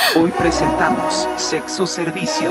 Hoy presentamos Sexo Servicio.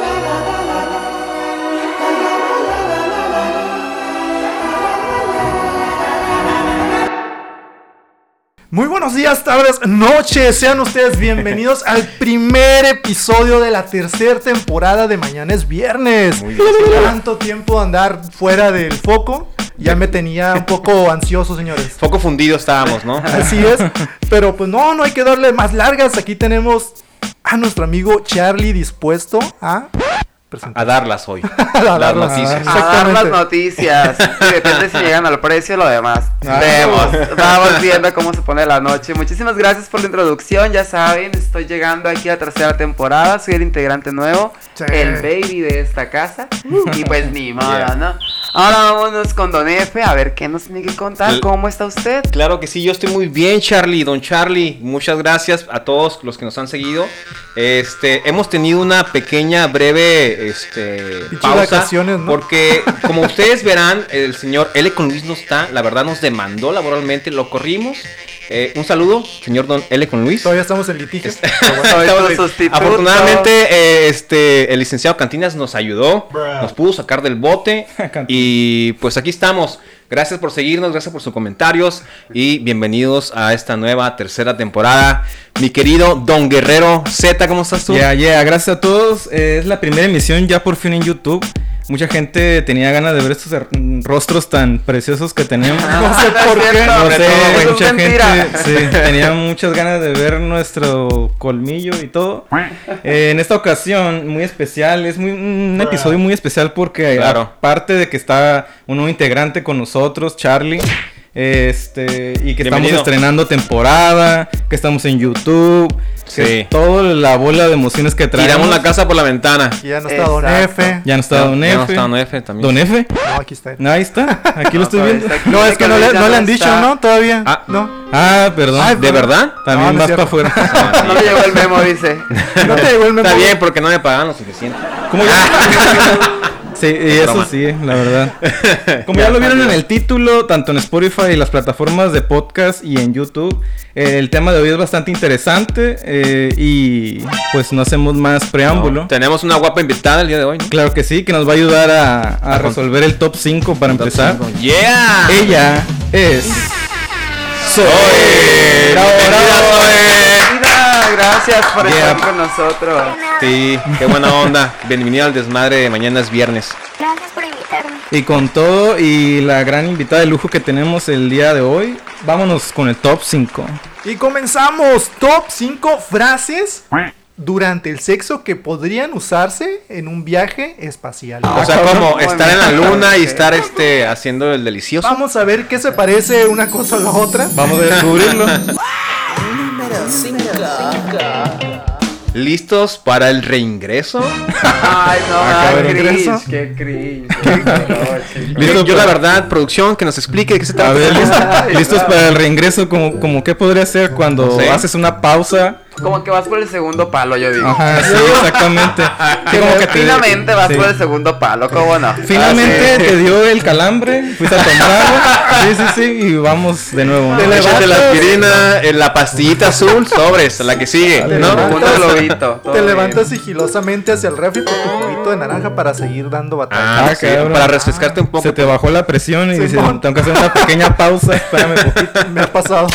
Muy buenos días, tardes, noches. Sean ustedes bienvenidos al primer episodio de la tercera temporada de Mañana es Viernes. Muy bien, tanto tiempo de andar fuera del foco, ya me tenía un poco ansioso, señores. Foco fundido estábamos, ¿no? Así es, pero pues no hay que darle más largas. Aquí tenemos a nuestro amigo Charlie dispuesto a presentar. A darlas hoy. A Las noticias. A dar las noticias. Sí, depende si llegan al precio o lo demás. Vamos viendo cómo se pone la noche. Muchísimas gracias por la introducción. Ya saben, estoy llegando aquí a la tercera temporada. Soy el integrante nuevo, Sí. el baby de esta casa. Y pues ni modo, ¿no? Ahora vámonos con Don F. A ver qué nos tiene que contar. ¿Cómo está usted? Claro que sí, yo estoy muy bien, Charlie. Don Charlie, muchas gracias a todos los que nos han seguido. Hemos tenido una pequeña, breve pausa. Vacaciones, ¿no? Porque, como ustedes verán, el señor L. con Luis no está. La verdad nos demandó laboralmente, lo corrimos. Un saludo, señor Don L. con Luis. Todavía estamos en litigio. Afortunadamente, el licenciado Cantinas nos ayudó, nos pudo sacar del bote y pues aquí estamos. Gracias por seguirnos, gracias por sus comentarios y bienvenidos a esta nueva tercera temporada. Mi querido Don Guerrero Z, ¿cómo estás tú? Gracias a todos. Es la primera emisión ya por fin en YouTube. Mucha gente tenía ganas de ver estos rostros tan preciosos que tenemos. No sé por qué. No sé, es mucha mentira. gente sí, tenía muchas ganas de ver nuestro colmillo y todo. En esta ocasión, muy especial, es un episodio muy especial porque Claro. aparte de que está un nuevo integrante con nosotros, Charlie, y que Bienvenido. estamos estrenando temporada, que estamos en YouTube, que Sí. toda la bola de emociones que traemos. Tiramos la casa por la ventana. Y ya no está Don Exacto. F. Ya no está Don Ya F. no está Don F también. ¿Don F? No, aquí está. Ahí está, aquí lo estoy pero viendo. está aquí. No, es que no le han dicho, está. ¿no? Todavía. Ah. No. Ah, perdón. Ay, ¿De verdad? También no vas es para cierto. afuera. No le llegó el memo, dice. No te llegó el memo. Está bien porque no me pagaban lo suficiente. ¿Cómo ya? Sí, y eso broma. sí, la verdad. Como ya lo vieron en el título, tanto en Spotify y las plataformas de podcast y en YouTube, el tema de hoy es bastante interesante y pues no hacemos más preámbulo. Tenemos una guapa invitada el día de hoy, ¿no? Claro que sí, que nos va a ayudar a resolver el top 5 para empezar. ¡Yeah! Ella es... ¡Zoe! Bravo, bravo. Mira, gracias por Yeah. estar con nosotros. Sí, qué buena onda. Bienvenido al desmadre de Mañana es Viernes. Gracias por invitarme. Y con todo y la gran invitada de lujo que tenemos el día de hoy, vámonos con el top 5. Y comenzamos. Top 5 frases durante el sexo que podrían usarse en un viaje espacial. O sea, como estar en la luna y estar haciendo el delicioso. Vamos a ver qué se parece una cosa a la otra. Vamos a descubrirlo. ¿Listos para el reingreso? Ay, no, cabrón. qué cringe. Listo, Yo la verdad, producción, que nos explique de qué se A trata. ver, listos para el reingreso, como qué podría ser cuando No sé. haces una pausa. Como que vas por el segundo palo, yo digo. Ajá, sí, exactamente. Que como que te- Finalmente vas sí. por el segundo palo, ¿cómo no? Finalmente Ah, sí. te dio el calambre, fuiste a tomar agua. Sí, y vamos de nuevo. ¿no? Échate la aspirina, la pastillita azul, sobres, la que sigue, Te ¿no? levantas- Punto globito, todo Te bien. levantas sigilosamente hacia el refri por tu juguito de naranja para seguir dando batalla. Ah, sí, cabrón. para refrescarte un poco. Se te bajó la presión y Sí, dices, mon. tengo que hacer una pequeña pausa, espérame poquito. Me ha pasado.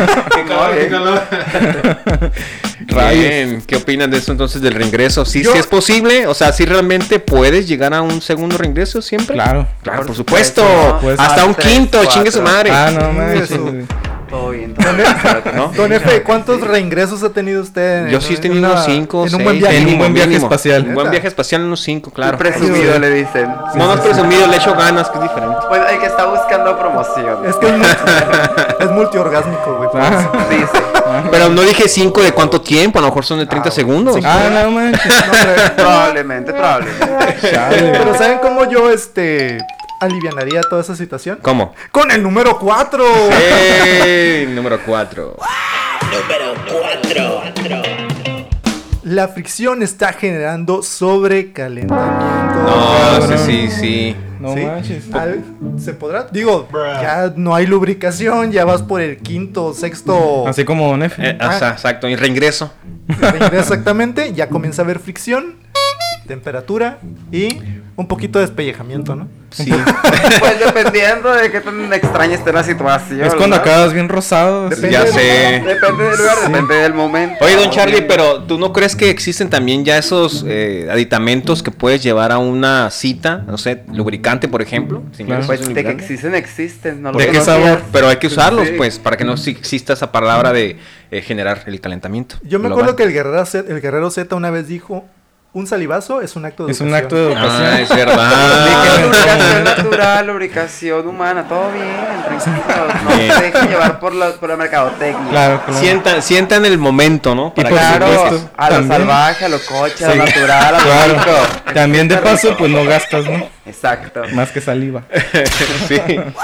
Bien, ¿qué opinan de eso entonces del reingreso? ¿Sí, Yo- sí es posible? O sea, ¿sí realmente puedes llegar a un segundo reingreso siempre? Claro. Claro, por Por supuesto. supuesto. Pues, Hasta un tres, quinto, cuatro. chingue su madre. Ah, no manches. Eso. Todo bien. ¿No? Don F, ¿cuántos reingresos ha tenido usted? Yo sí he en tenido una- unos 5, En un buen 6. viaje. En un buen viaje mínimo. espacial. Un buen viaje espacial en unos 5, claro. Presumido le dicen. No es presumido, le echo ganas, que es diferente. Pues el que está buscando promoción. Es que es multiorgásmico, güey. por Ah. eso. Dice. Pero no dije 5 de cuánto tiempo, a lo mejor son de 30 segundos. sí. Ah, no manches. No, hombre. Probablemente. Chale. Pero ¿saben cómo yo alivianaría toda esa situación? ¿Cómo? Con el número 4. ¡Ey! Número 4. la fricción está generando sobrecalentamiento. No, sí. No ¿Sí? manches. ¿Se podrá? Digo, ya no hay lubricación, ya vas por el quinto, sexto. Así como Nefe. Exacto, y reingreso. Exactamente, ya comienza a haber fricción, temperatura y un poquito de despellejamiento, ¿no? Sí. Pues dependiendo de qué tan extraña esté la situación. Es cuando ¿no? acabas bien rosado. Depende Ya del- sé. Depende del lugar, depende del momento. Oye, don Charlie, pero ¿tú no crees que existen también ya esos aditamentos que puedes llevar a una cita? No sé, lubricante, por ejemplo. Si Claro. quieres Pues un de que lubricante. existen, no lo ¿De qué conocías. sabor? Pero hay que usarlos, Sí. pues, para que no exista esa palabra de generar el calentamiento. Yo me global. acuerdo que el Guerrero Z una vez dijo, un salivazo es un acto de Es un educación. acto de educación. Ah, es verdad. Lubricación natural, lubricación humana, todo bien, tranquilos. No Bien. se dejen llevar por la mercadotecnia. Claro. Sientan el momento, ¿no? Y Para por que- Claro, supuesto, a lo también. salvaje, a lo coche, a Sí. lo natural, a lo Claro. rico. También de paso, pues no gastas, ¿no? Exacto. Más que saliva. Sí.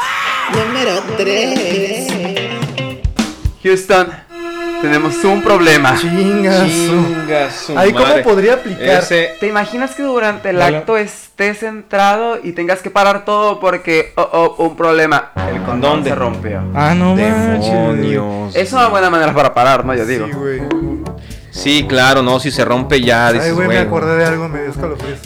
Houston, tenemos un problema. Chingas. Chinga su Ahí cómo madre. podría aplicar. Ese- ¿Te imaginas que durante el Dale. acto estés centrado y tengas que parar todo porque, un problema? El condón ¿Dónde? se rompió. Ah, no manches. Demonios. Es una buena manera para parar, ¿no? Yo digo. Sí, güey. Sí, claro, no, si se rompe ya. Ay, dices, güey, me bueno. acordé de algo, me dio escalofríos.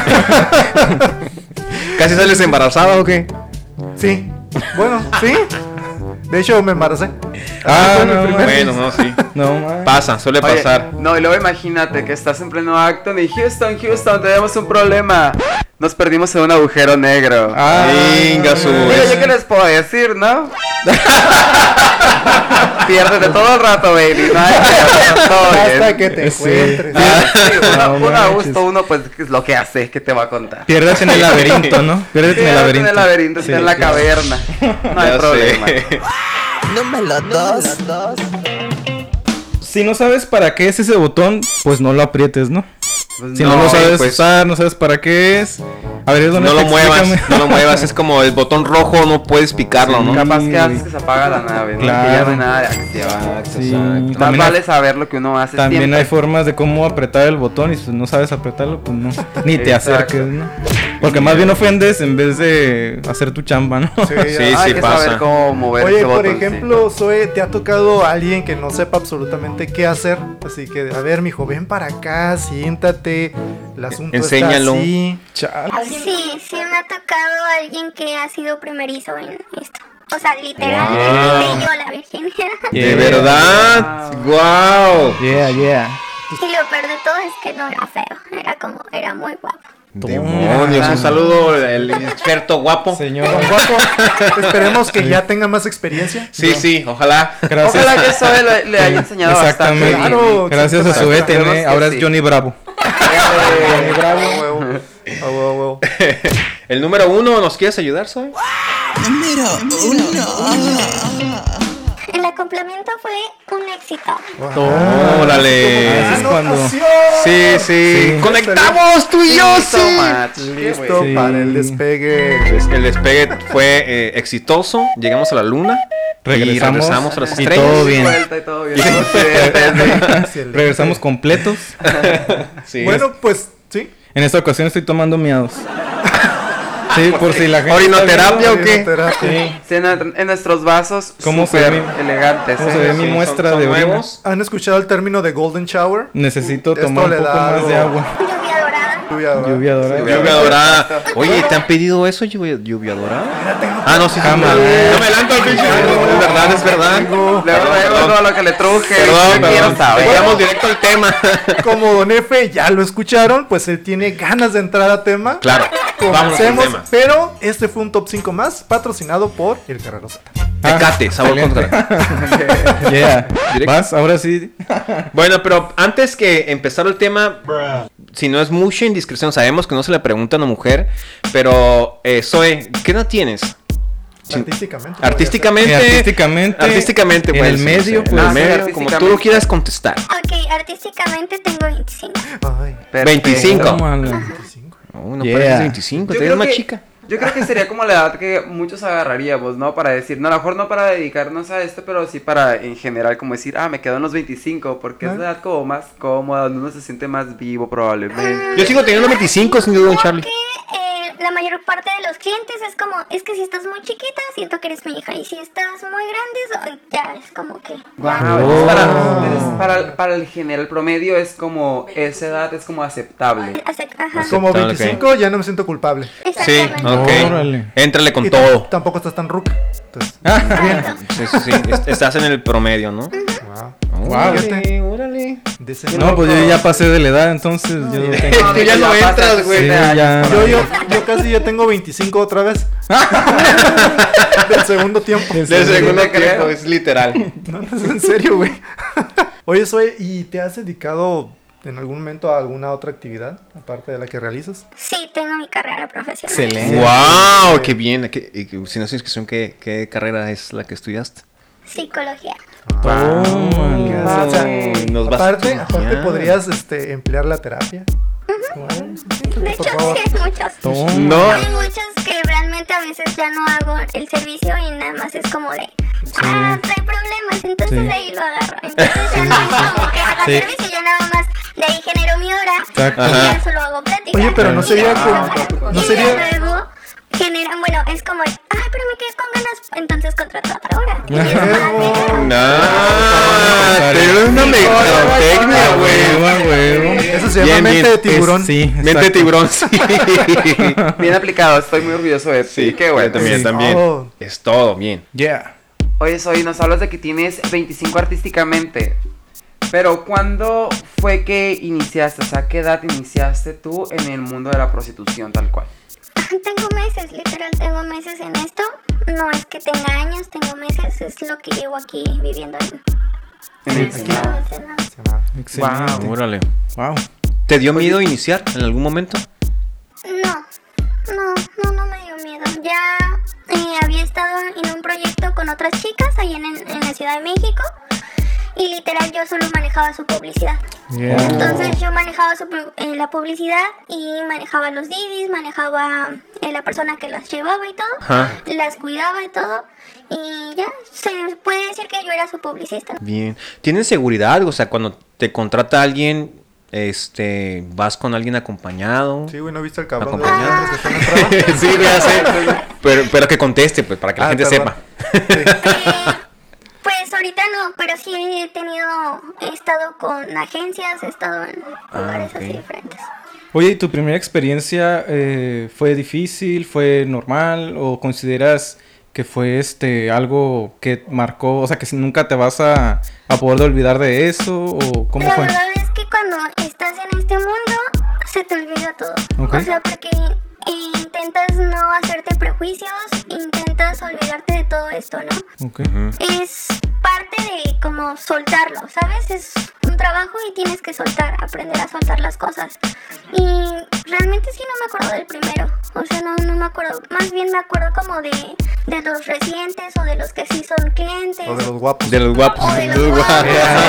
¿Casi sales embarazada o qué? Sí. Bueno, sí. De hecho, me embaracé. Ah, Fue mi no, primer- Bueno, no, sí. No manches. Pasa, suele Oye, pasar. no, y luego imagínate que estás en pleno acto y Houston, tenemos un problema. Nos perdimos en un agujero negro. Ah, Chinga su- Digo, ¿yo qué les puedo decir, no? Piérdete todo el rato, baby. No hay que todo bien. Hasta que te Sí. encuentres. Sí, No uno a manches. gusto, uno pues es lo que hace, que te va a contar. Pierdes en el laberinto, ¿no? Pierdes en el laberinto. En el laberinto, Sí, está en la claro. caverna. No hay Ya problema. sé. Si no sabes para qué es ese botón, pues no lo aprietes, ¿no? Pues Si no, lo sabes pues- usar, no sabes para qué es. A ver, ¿dónde No lo muevas, explícame. no lo muevas. Es como el botón rojo, no puedes picarlo, ¿no? Capaz que güey. haces que se apaga la nave, ¿no? Claro. Que ya no hay nada de acción. Sí, Más también vale hay, saber lo que uno hace también siempre. hay formas de cómo apretar el botón y si no sabes apretarlo, pues no. Ni te Exacto. acerques, ¿no? Porque más bien ofendes en vez de hacer tu chamba, ¿no? Sí, Sí, Hay que pasa. saber cómo mover Oye, ese por botoncito. ejemplo, Zoe, ¿te ha tocado a alguien que no sepa absolutamente qué hacer? Así que, a ver, mijo, ven para acá, siéntate. El asunto Enséñalo. está así. Chale. Sí, me ha tocado alguien que ha sido primerizo en esto. O sea, literal, Wow. yo la virginidad. De verdad. Wow. Yeah. Y lo peor de todo es que no era feo, era muy guapo. Demonios, un saludo el experto guapo. Señor. Guapo, esperemos que ya tenga más experiencia. Sí, sí, ojalá. Gracias. Ojalá que Zoe le haya enseñado Exactamente. bastante. Claro, Gracias a su exacto. ETN, ahora es Johnny Bravo. Johnny Bravo, huevo. A huevo, a huevo. El número 1, ¿nos quieres ayudar, Zoe? El acoplamiento fue un éxito. Órale. Ese es cuando- Anotación. Sí, sí. Sí. Conectamos tú y yo, So sí. much. Listo Sí. para el despegue. El despegue fue exitoso. Llegamos a la luna. Y regresamos a las y estrellas. todo bien. Vuelta y todo bien. Sí. Excelente. Regresamos completos. Sí. Bueno, pues sí. En esta ocasión estoy tomando miados. Sí, por si la gente. ¿Orinoterapia está o qué? Terapia. viendo- Sí. Sí, en nuestros vasos ¿Cómo se súper ve mi- elegantes. cómo se ve mi Sí, muestra son de orina? nuevos. ¿Han escuchado el término de Golden Shower? Necesito Esto tomar un le poco da más algo. de agua. Lluvia dorada. Lluvia dorada. Lluvia dorada. Oye, ¿te han pedido eso, lluvia dorada? Ah, no, sí, sí. Cámara. No me adelanto al pinche. Es verdad, es verdad. Luego todo lo que le truje. Perdón, yo quiero saber. Vayamos directo al tema. Como Don Efe ya lo escucharon, pues él tiene ganas de entrar a tema. Claro, vamos al Comencemos, tema. pero este fue un top 5 más patrocinado por El Guerrero Z. Tecate, sabor excelente. contra. Yeah. Directo. ¿Vas? Ahora sí. Bueno, pero antes que empezar el tema, si no es mucha indiscreción, sabemos que no se le pregunta a una mujer, pero Zoe, ¿qué edad tienes? Artísticamente. Artísticamente. Artísticamente, en el medio, en pues. el medio, sí, como tú lo artísticamente. quieras contestar. Ok, artísticamente tengo 25. Ay, Perfecto. 25. Tómala. 25. No, no Yeah. pareces 25, Yo te ves creo más que chica. Yo creo que sería como la edad que muchos agarraríamos, ¿no? Para decir, no, a lo mejor no para dedicarnos a esto, pero sí para, en general, como decir, me quedo en los 25, porque es la edad como más cómoda, donde uno se siente más vivo, probablemente. Yo sigo teniendo 25, sin duda, Charlie. La mayor parte de los clientes es como, es que si estás muy chiquita, siento que eres mi hija, y si estás muy grande, ya es como que... Wow, para el general promedio es como, esa edad es como aceptable. Ajá. Como 25 ya no me siento culpable. Sí, Exactamente. ok. Órale. Éntrale con Y todo. tampoco estás tan ruca. Entonces, Sí. Estás en el promedio, ¿no? wow. Órale, órale. Dice, No, pues yo ya pasé de la edad, entonces yo tengo... Tú ya no entras, güey. Sí, ya. Yo casi ya tengo 25 otra vez. Del segundo tiempo. Del segundo te creo. tiempo, es literal. No, es en serio, güey. Oye, Zoe, ¿y te has dedicado en algún momento a alguna otra actividad, aparte de la que realizas? Sí, tengo mi carrera profesional. Excelente. ¡Wow! ¡Qué bien! Si no es inscripción, ¿qué carrera es la que estudiaste? Psicología. Tómale. Ah, o sea, Nos vas a aparte enseñar. podrías emplear la terapia. De Por hecho, favor. sí hay muchos. Toma. No. Hay muchos que realmente a veces ya no hago el servicio y nada más es como de, trae problemas, entonces Sí. de ahí lo agarro. Entonces ya no es como que haga Sí. servicio, yo nada más de ahí genero mi hora Exacto. y Ajá. ya solo hago plática. Oye, pero no Y sería ya como- no y sería- ya luego generan, bueno, es como, pero me quedé con ganas, entonces contrato a otra hora. Y es como, No, tienes una mercadotecnia, güey. Eso se llama mente de tiburón. Sí, Mente de exacto. tiburón, sí. Bien aplicado, estoy muy orgulloso de ti. Sí, Qué bueno. También, Sí. también. Oh. Es todo, bien. Yeah. Oye, Zoe, nos hablas de que tienes 25 artísticamente. Pero ¿cuándo fue que iniciaste? O sea, ¿qué edad iniciaste tú en el mundo de la prostitución tal cual? tengo meses, literal, tengo meses en esto. No es que tenga años, tengo meses, es lo que llevo aquí viviendo En el Senado. Excelente. Órale. Wow. ¿Te dio miedo iniciar en algún momento? No me dio miedo. Ya había estado en un proyecto con otras chicas ahí en la Ciudad de México. Y literal yo solo manejaba su publicidad. Yeah. Entonces yo manejaba la publicidad y manejaba los didis, manejaba la persona que las llevaba y todo. Ajá. Las cuidaba y todo. Y ya, se puede decir que yo era su publicista. Bien. ¿Tienen seguridad? O sea, cuando te contrata alguien, vas con alguien acompañado. Sí, güey, ¿no viste el cabrón de Acompañado. los que está en la entrada? Sí, ya sé. Pero que conteste, pues, para que la gente perdón. sepa. Pues ahorita no, pero sí he estado con agencias, he estado en lugares así ok. diferentes. Oye, ¿y tu primera experiencia fue difícil, fue normal o consideras que fue algo que marcó, o sea, que nunca te vas a poder olvidar de eso o cómo La fue? verdad es que cuando estás en este mundo se te olvida todo. Ok. O sea, porque intentas no hacerte prejuicios, intentas olvidarte de todo esto, ¿no? Ok. Es parte de como soltarlo, ¿sabes? Es un trabajo y tienes que soltar, aprender a soltar las cosas. Y realmente sí no me acuerdo del primero. O sea, no me acuerdo. Más bien me acuerdo como de los recientes o de los que sí son clientes. O de los guapos. De los guapos. O de los De los guapos.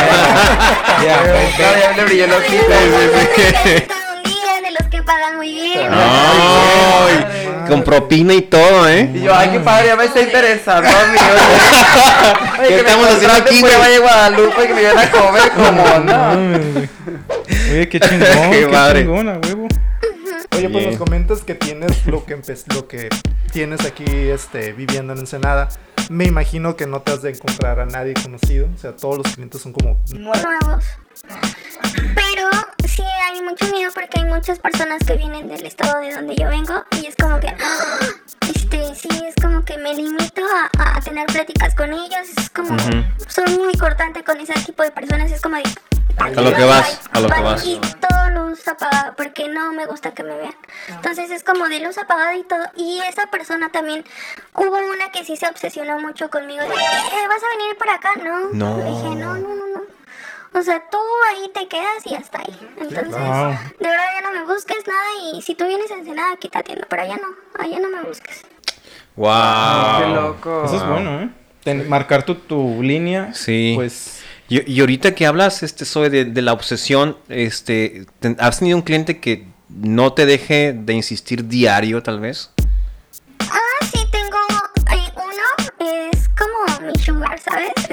Ya le brilló el ojito. Un día, de los que pagan muy bien. Ay, con propina y todo, ¿eh? Y yo, ay, qué padre, ya me está interesando, amigo. Oye, ¿Qué que estamos me haciendo aquí, Fue güey? Valle Guadalupe que me iban a comer como, no. Oye, qué chingón, Qué qué padre. chingona, huevo. Oye, pues Bien. nos comentas que tienes lo que tienes aquí viviendo en Ensenada. Me imagino que no te has de encontrar a nadie conocido. O sea, todos los clientes son como... Nuevos. Pero sí hay mucho miedo porque hay muchas personas que vienen del estado de donde yo vengo y es como que sí, es como que me limito a tener pláticas con ellos, es como soy muy cortante con ese tipo de personas, es como de A lo que vas, a lo que vas. y todo luz apagada porque no me gusta que me vean. Entonces es como de luz apagada y todo. Y esa persona también, hubo una que sí se obsesionó mucho conmigo de, ¿vas a venir para acá? No. Le dije, no. O sea, tú ahí te quedas y hasta ahí. Entonces, Wow. de verdad ya no me busques nada y si tú vienes a Ensenada, aquí te atiendo, pero allá no me busques. Wow. Qué loco. Eso es bueno, ¿eh? Marcar tu línea. Sí. Pues. Y ahorita que hablas, Zoe, de la obsesión, ¿has tenido un cliente que no te deje de insistir diario, tal vez?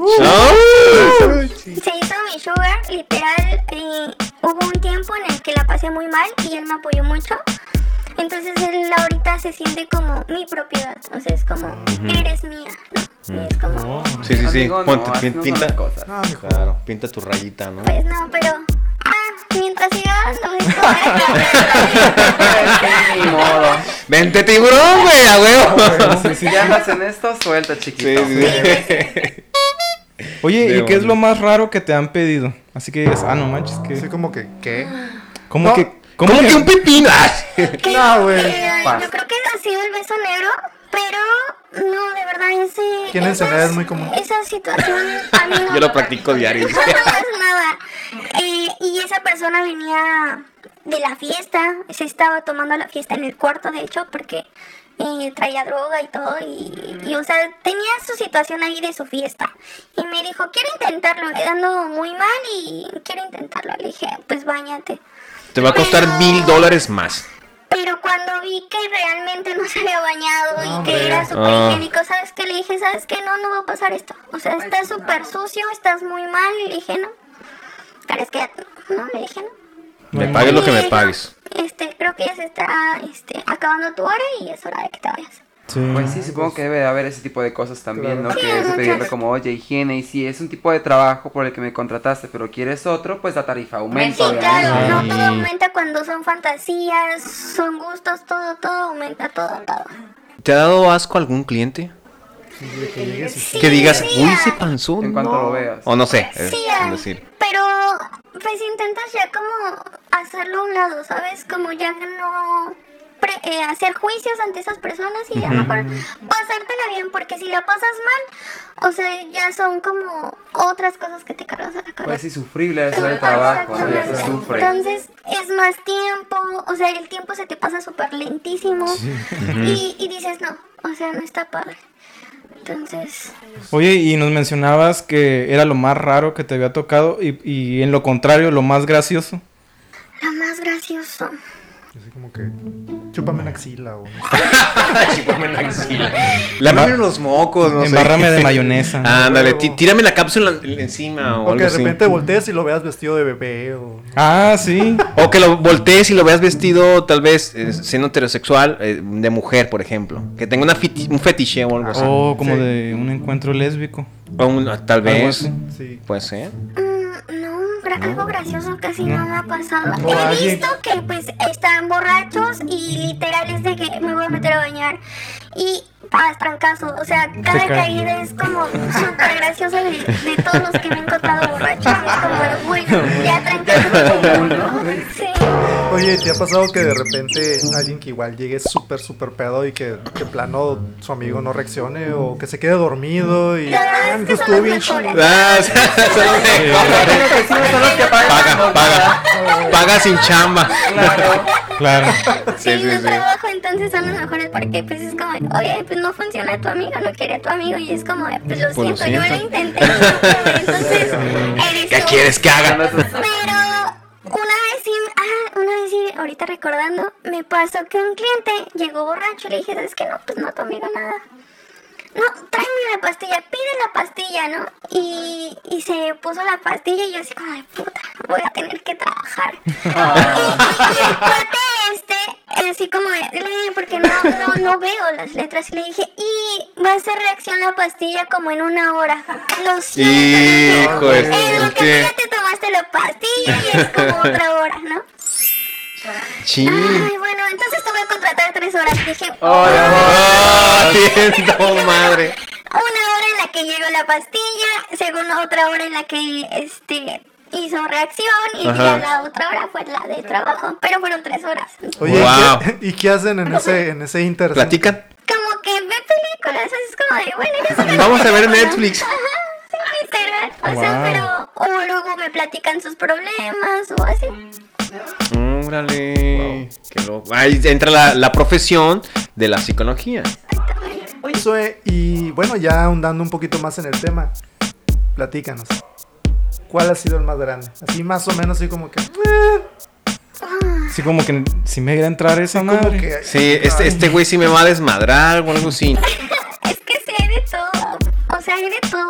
Se hizo mi sugar, literal. Hubo un tiempo en el que la pasé muy mal y él me apoyó mucho. Entonces él ahorita se siente como mi propiedad. O sea, es como, eres mía, ¿no? Y es como, Sí. Amigo, no, Ponte, así no son pinta. las cosas. Claro, pinta tu rayita, ¿no? pues no, pero mientras siga dando esto, Ni modo. Vente tiburón, güey, a huevo. Si ya andas en esto, suelta, chiquito. Oye, ¿y qué es lo más raro que te han pedido? Así que digas, no manches, Así que... como que, ¿qué? ¿Cómo No. que...? ¿Cómo que un pepino? No, güey. yo creo que ha sido el beso negro, pero no, de verdad, ¿Quién en Ensenada es muy común? Esa situación a mí no Yo lo me practico diario. No es nada. Y esa persona venía de la fiesta, se estaba tomando la fiesta en el cuarto, de hecho, porque traía droga y todo, y o sea, tenía su situación ahí de su fiesta. Y me dijo, quiero intentarlo, ando muy mal y quiero intentarlo. Le dije, pues báñate. Te va a costar $1,000 más. Pero cuando vi que realmente no se había bañado y Hombre. que era súper higiénico, ¿sabes qué? Le dije, ¿sabes qué? No va a pasar esto. O sea, estás súper sucio, estás muy mal. Y le dije, no. ¿Crees que no? Le dije, no. Me pagues lo que Y me dijo, pagues. creo que ya se está acabando tu hora y es hora de que te vayas. Sí. Pues sí, supongo que debe de haber ese tipo de cosas también, ¿no? Claro. Que es Sí, pedirle muchas. como, oye, higiene, y si es un tipo de trabajo por el que me contrataste, pero quieres otro, pues la tarifa Sí, aumenta, claro, obviamente. no todo aumenta cuando son fantasías, son gustos, todo aumenta, todo. ¿Te ha dado asco algún cliente? Que llegues y Sí, Que digas, sí, uy, ese panzón. En cuanto no". lo veas. O no sé, Sí, es decir. pero pues intentas ya como hacerlo a un lado, ¿sabes? Como ya no hacer juicios ante esas personas y ya mejor pasártela bien, porque si la pasas mal, o sea, ya son como otras cosas que te cargas a la cabeza. Pues sí, sufrible es el trabajo, ¿no? Ya se Exactamente. sufre. Entonces es más tiempo, o sea, el tiempo se te pasa súper lentísimo y dices, no, o sea, no está padre. Entonces, Oye, y nos mencionabas que era lo más raro que te había tocado y en lo contrario, lo más gracioso. lo más gracioso. así como que, chúpame una axila o... Lávame los mocos, no sé. Embárrame de mayonesa. Ándale, tírame la cápsula encima o O algo que de así. repente voltees y lo veas vestido de bebé o... Ah, sí. O que lo voltees y lo veas vestido, tal vez, siendo heterosexual, de mujer, por ejemplo. Que tenga un fetiche o algo así. O como Sí. de un encuentro lésbico. Tal Algo vez. así. Sí. Puede ser. No, algo gracioso casi no me ha pasado. O He alguien- visto que pues están borrachos y literal es de que me voy a meter a bañar y trancazo. O sea, cada cae. caída es como súper gracioso de todos los que me he encontrado borrachos. Es como, bueno, ya trancazo. Sí. Oye, ¿te ha pasado que de repente alguien que igual llegue súper pedo y que de plano su amigo no reaccione o que se quede dormido y... La verdad es que pues son estuvo los bien mejores. chido. Son los mejores. Los vecinos son los que pagan. Paga sin chamba. Claro. Sí, Sí, sí, de sí. trabajo entonces son los mejores porque pues es como, oye, pues no funciona tu amigo, no quiere a tu amigo y es como, pues lo Pues lo siento, yo lo siento. intenté, entonces eres ¿Qué tú. quieres que haga? Pero una vez sí, ahorita recordando, me pasó que un cliente llegó borracho y le dije, ¿sabes qué? No, pues no, tu amigo nada. No, tráeme la pastilla, pide la pastilla, ¿no? Y se puso la pastilla y yo así como de puta, voy a tener que trabajar. Y el cuate así como de, lee, porque no veo las letras. Y le dije, y va a hacer reacción la pastilla como en 1 hora. Lo siento. Hijo de En lo su- que tú ya te tomaste la pastilla y es como otra hora, ¿no? Chin. Ay, bueno, entonces te voy a contratar 3 horas. Dije, Siento madre. 1 hora en la que llegó la pastilla, según otra hora en la que hizo reacción y Ajá. ya la otra hora fue la de trabajo, pero fueron 3 horas. Oye, Wow. ¿y qué hacen en ese inter? ¿Platican? Como que ve películas, es como de, bueno, eres una Vamos a ver película. Netflix. Ajá, sí, literal. O sea, pero, o luego me platican sus problemas o así. Órale. Qué loco. Ahí entra la profesión de la psicología. Zoe, y bueno, ya ahondando un poquito más en el tema, platícanos. ¿Cuál ha sido el más grande? Así más o menos, así como que... Así como que si me iba a entrar esa como madre. que Sí, este güey sí me va a desmadrar o algo así. Es que sí hay de todo. O sea, hay de todo.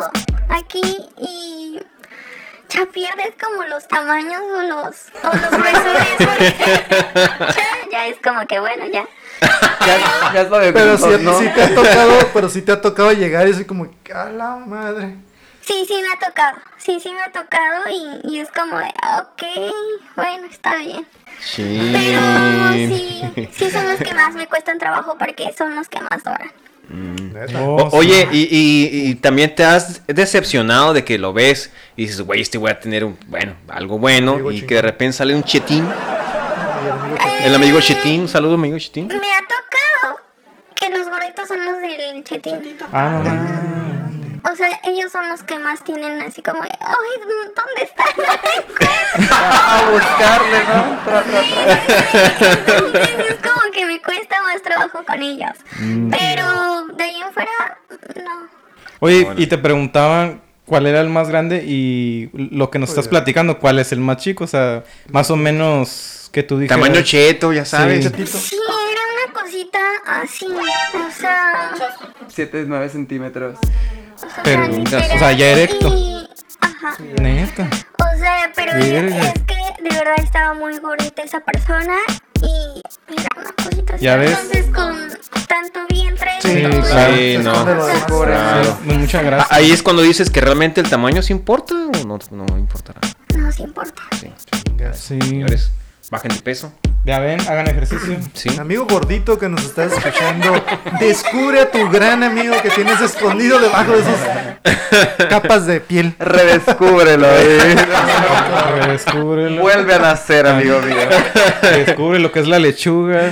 aquí y ya pierdes como los tamaños o los gruesos. Ya es como que bueno, ya. Ya es lo de Pero gustos, ¿no? sí te ha tocado llegar y así como, a la madre. Sí me ha tocado. Sí me ha tocado y es como de, ok, bueno, está bien. Sí. Pero sí son los que más me cuestan trabajo porque son los que más duran. Neta. Oye, y también te has decepcionado de que lo ves y dices, güey, voy a tener algo bueno, Amigo y chingón. que de repente sale un chetín. El amigo chetín, un saludo amigo chetín. Me ha tocado que los gorditos son los del chetín. Ah, no. O sea, ellos son los que más tienen así como, de, ay, ¿dónde están? A buscarle, ¿no? Entonces es como que me cuesta más trabajo con ellos. Pero de ahí en fuera, no. Oye, y te preguntaban cuál era el más grande y lo que nos estás platicando, cuál es el más chico, o sea, más o menos que tú dijeras. Tamaño cheto, ya sabes. Sí, era una cosita así, o sea... 7-9 centímetros. Pero, literal, o sea, ya erecto. Ajá. Neta. O sea, pero Verga. es que de verdad estaba muy gordita esa persona y era una cosita así. ¿Ya ves? Entonces con tanto vientre. Sí, todo, claro. Sí, no. esconde lo demás. Claro. Muchas gracias. Ahí es cuando dices que realmente el tamaño sí importa o no importará. No se importa. Sí. Sí. Señores, bajen de peso. Ya ven, hagan ejercicio. Sí. Amigo gordito que nos estás escuchando, descubre a tu gran amigo que tienes escondido debajo de esas capas de piel. Redescúbrelo. Descúbrelo. Vuelve a nacer, amigo mío. Descubre lo que es la lechuga.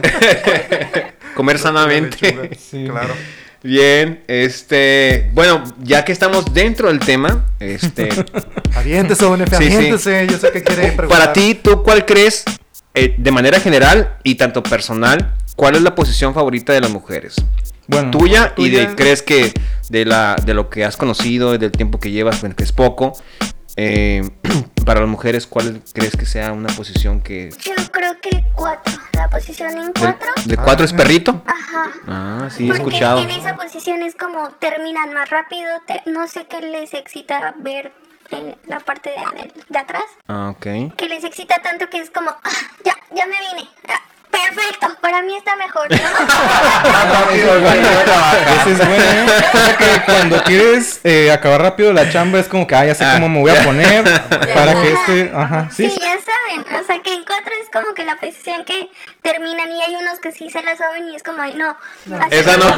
Comer sanamente. Sí. Claro. Bien, bueno, ya que estamos dentro del tema, Aviéntese, Bonefe, Sí, sí. aviéntese. Yo sé que quiere preguntar. para ti, ¿tú cuál crees, de manera general y tanto personal, cuál es la posición favorita de las mujeres? Bueno, Tuya y Tuya. crees que de lo que has conocido, del tiempo que llevas, bueno, que es poco, para las mujeres, ¿cuál crees que sea una posición que... Yo creo que el 4, la posición en 4. ¿De 4 es perrito? Ajá. Ah, sí, he Porque escuchado. en esa posición es como terminan más rápido. No sé qué les excita ver en la parte de atrás. Ah, ok. Que les excita tanto que es como, ya me vine. Perfecto, para mí está mejor. ¿no? ese es bueno, ¿eh? O sea que cuando quieres acabar rápido la chamba es como que, ya sé cómo me voy a poner para que ajá, Sí, sí. ya saben. O sea que en 4 es como que la posición que terminan y hay unos que sí se la saben y es como, ay, no. así Esa no.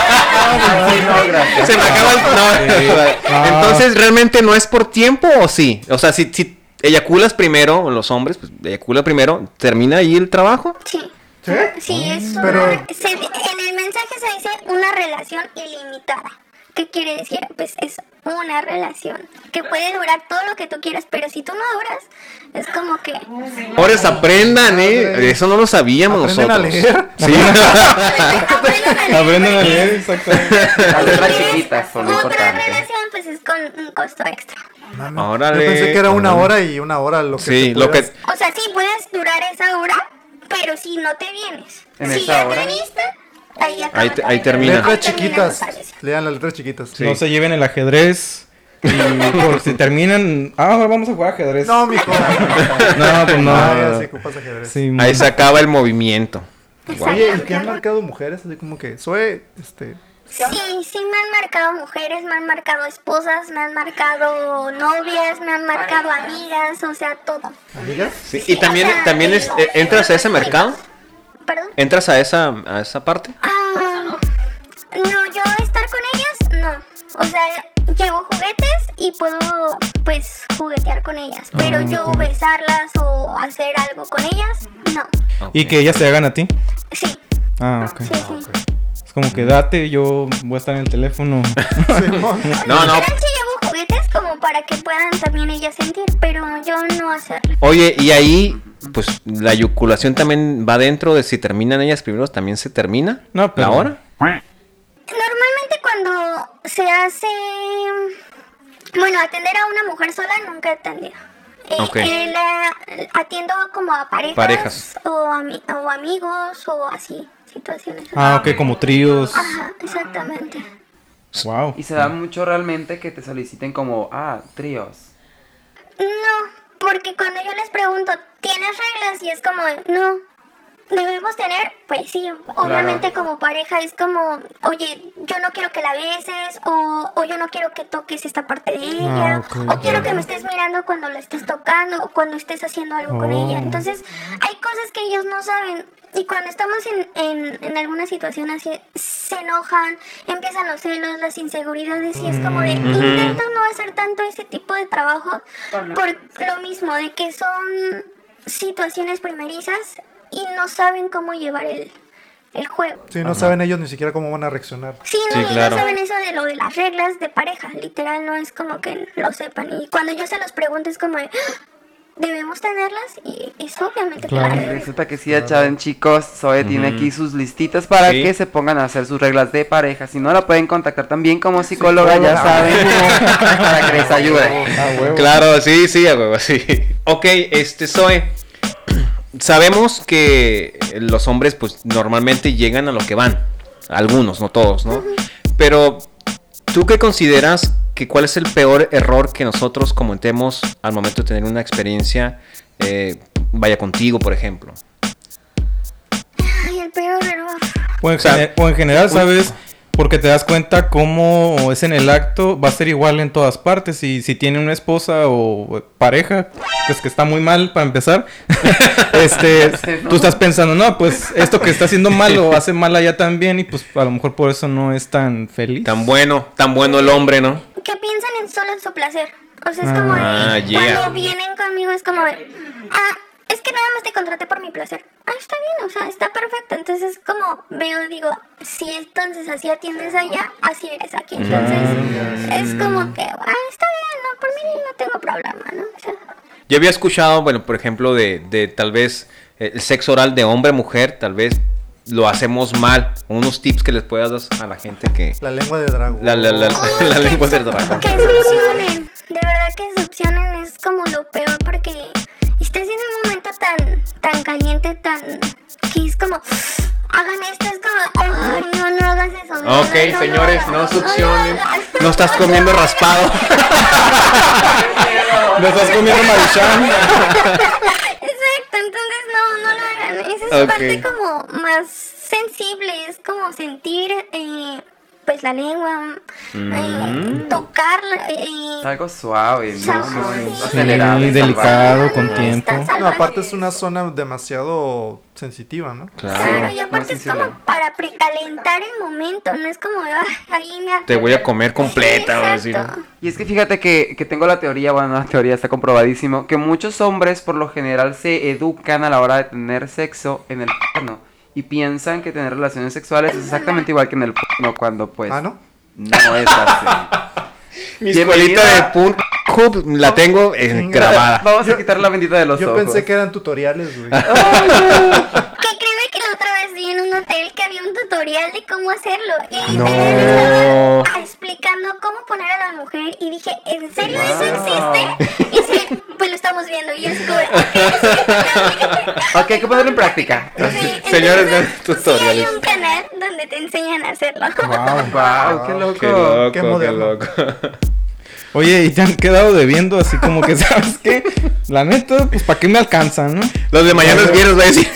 gracias. Se me acaba el... No. Entonces, ¿realmente no es por tiempo o sí? O sea, si eyaculas primero, los hombres, pues eyacula primero, ¿termina ahí el trabajo? Sí. ¿Sí? Sí, es Pero- en el mensaje se dice una relación ilimitada. ¿Qué quiere decir? Pues es una relación que puede durar todo lo que tú quieras, pero si tú no duras, es como que... Ahora aprendan, eso no lo sabíamos ¿Aprenden a nosotros. leer? Sí. Aprendan a leer, exactamente. Las letras Si quieres chiquitas son lo otra importante. relación, pues es con un costo extra. Órale. Yo pensé que era una hora y una hora lo que Sí, te lo que... puedas- O sea, sí puedes durar esa hora, pero si no te vienes. ¿En si esa ya hora? te viniste, ahí acaba. Ahí termina. Letras Ahí termina chiquitas. tu relación. Lean las letras chiquitas. Sí. No se lleven el ajedrez. Y por si terminan, ahora vamos a jugar ajedrez. No, mijo. No, pues no. Ay, así ocupas ajedrez. Sí, Ahí se acaba el movimiento. Oye, ¿y qué han marcado mujeres? Así como que, soy, Sí, sí me han marcado mujeres, me han marcado esposas, me han marcado novias, me han marcado amigas, o sea, todo. amigas. Sí, y también, O sea, también ¿entras a ese mercado? ¿Perdón? ¿Entras a esa parte? No, yo estar con ellas, no. O sea, llevo juguetes y puedo, pues, juguetear con ellas. Pero yo besarlas o hacer algo con ellas, no. Y que ellas se hagan a ti. Sí, Ah, ok. sí, sí. Es como que date, yo voy a estar en el teléfono. No, no. Literal, sí llevo juguetes como para que puedan también ellas sentir, pero yo no hacerlo. Oye, y ahí, pues, la eyaculación también va dentro de si terminan ellas primero, ¿también se termina? No, pero- ¿La hora? Normalmente cuando se hace, bueno, atender a una mujer sola nunca he atendido. Ok. Atiendo como a Parejas. o amigos o así, situaciones. Ah, ok, como tríos. Ajá, exactamente. Wow. Y se da mucho realmente que te soliciten como, tríos. No, porque cuando yo les pregunto, ¿tienes reglas? Y es como, no. ¿Debemos tener? Pues sí, obviamente como pareja es como, oye, yo no quiero que la beses, o yo no quiero que toques esta parte de ella, o quiero que me estés mirando cuando la estés tocando, o cuando estés haciendo algo con ella. Entonces, hay cosas que ellos no saben, y cuando estamos en alguna situación así, se enojan, empiezan los celos, las inseguridades, y es como de, intento no hacer tanto ese tipo de trabajo, por lo mismo, de que son situaciones primerizas, y no saben cómo llevar el juego. Sí, no saben ellos ni siquiera cómo van a reaccionar. Sí, no, Sí, claro. no saben eso de lo de las reglas de pareja. Literal, no es como que lo sepan. Y cuando yo se los pregunto es como, ¿debemos tenerlas? Y es obviamente Claro. claro. Resulta que sí, ya saben, chicos, Zoe tiene aquí sus listitas para Sí. que se pongan a hacer sus reglas de pareja. Si no, la pueden contactar también como psicóloga, ya saben, para que les ayude. Claro, sí, a huevo, sí. Ok, Zoe. Sabemos que los hombres pues normalmente llegan a lo que van. Algunos, no todos, ¿no? Pero, ¿tú qué consideras que cuál es el peor error que nosotros cometemos al momento de tener una experiencia, vaya contigo, por ejemplo? Ay, el peor error. O en general, ¿sabes? Porque te das cuenta cómo es en el acto, va a ser igual en todas partes. Y si tiene una esposa o pareja, pues que está muy mal para empezar. Tú estás pensando, no, pues esto que está haciendo mal lo hace mal allá también. Y pues a lo mejor por eso no es tan feliz. Tan bueno el hombre, ¿no? Que piensan solo en su placer. O sea, es como cuando vienen conmigo es como es que nada más te contraté por mi placer. Está bien, o sea, está perfecto. Entonces como digo, si entonces así atiendes allá, así eres aquí. Entonces es como que, está bien, no, por mí no tengo problema, ¿no? O sea, Yo había escuchado, bueno, por ejemplo, de tal vez el sexo oral de hombre a mujer, tal vez lo hacemos mal. Unos tips que les puedas dar a la gente que... La lengua de dragón. La lengua del dragón. que succionen, de verdad que succionen es como lo peor porque estás en un momento tan caliente, que es como, hagan esto, es como, ay, no hagas eso. Ok, señores, no succionen. No estás comiendo raspado. ¿Lo estás comiendo Maruchan? Exacto, entonces no lo hagan. Esa es parte como más sensible, es como sentir pues la lengua, tocarla. Algo suave, ¿no? Sí, Acelerado, muy delicado, con tiempo. No, aparte es una zona demasiado sensitiva, ¿no? Claro, y aparte es como para precalentar el momento, no es como, ahí me... Te voy a comer completa, voy a decir. Exacto. Y es que fíjate que tengo la teoría, bueno, la teoría está comprobadísimo, que muchos hombres por lo general se educan a la hora de tener sexo en el porno y piensan que tener relaciones sexuales es exactamente igual que en el porno cuando pues ¿No? no es así. Mi escuelita de Pornhub la tengo grabada. Vamos a quitar la bendita de los Yo ojos. pensé que eran tutoriales, güey. Que créeme que la otra vez vi en un hotel que había un tutorial de cómo hacerlo. Y estaba explicando cómo poner a la mujer. Y dije, ¿en serio eso existe? Y sí, pues lo estamos viendo. Y yo así como, Ok, hay que ponerlo en práctica. sí, Señores, no entonces, tutoriales. Sí hay un canal donde te enseñan a hacerlo. Wow, qué loco. Qué loco, Qué qué moderno. loco. Oye, y te han quedado debiendo así como que, ¿sabes qué? La neta, pues ¿para qué me alcanzan, no? Los de mañana es viernes, voy a decir.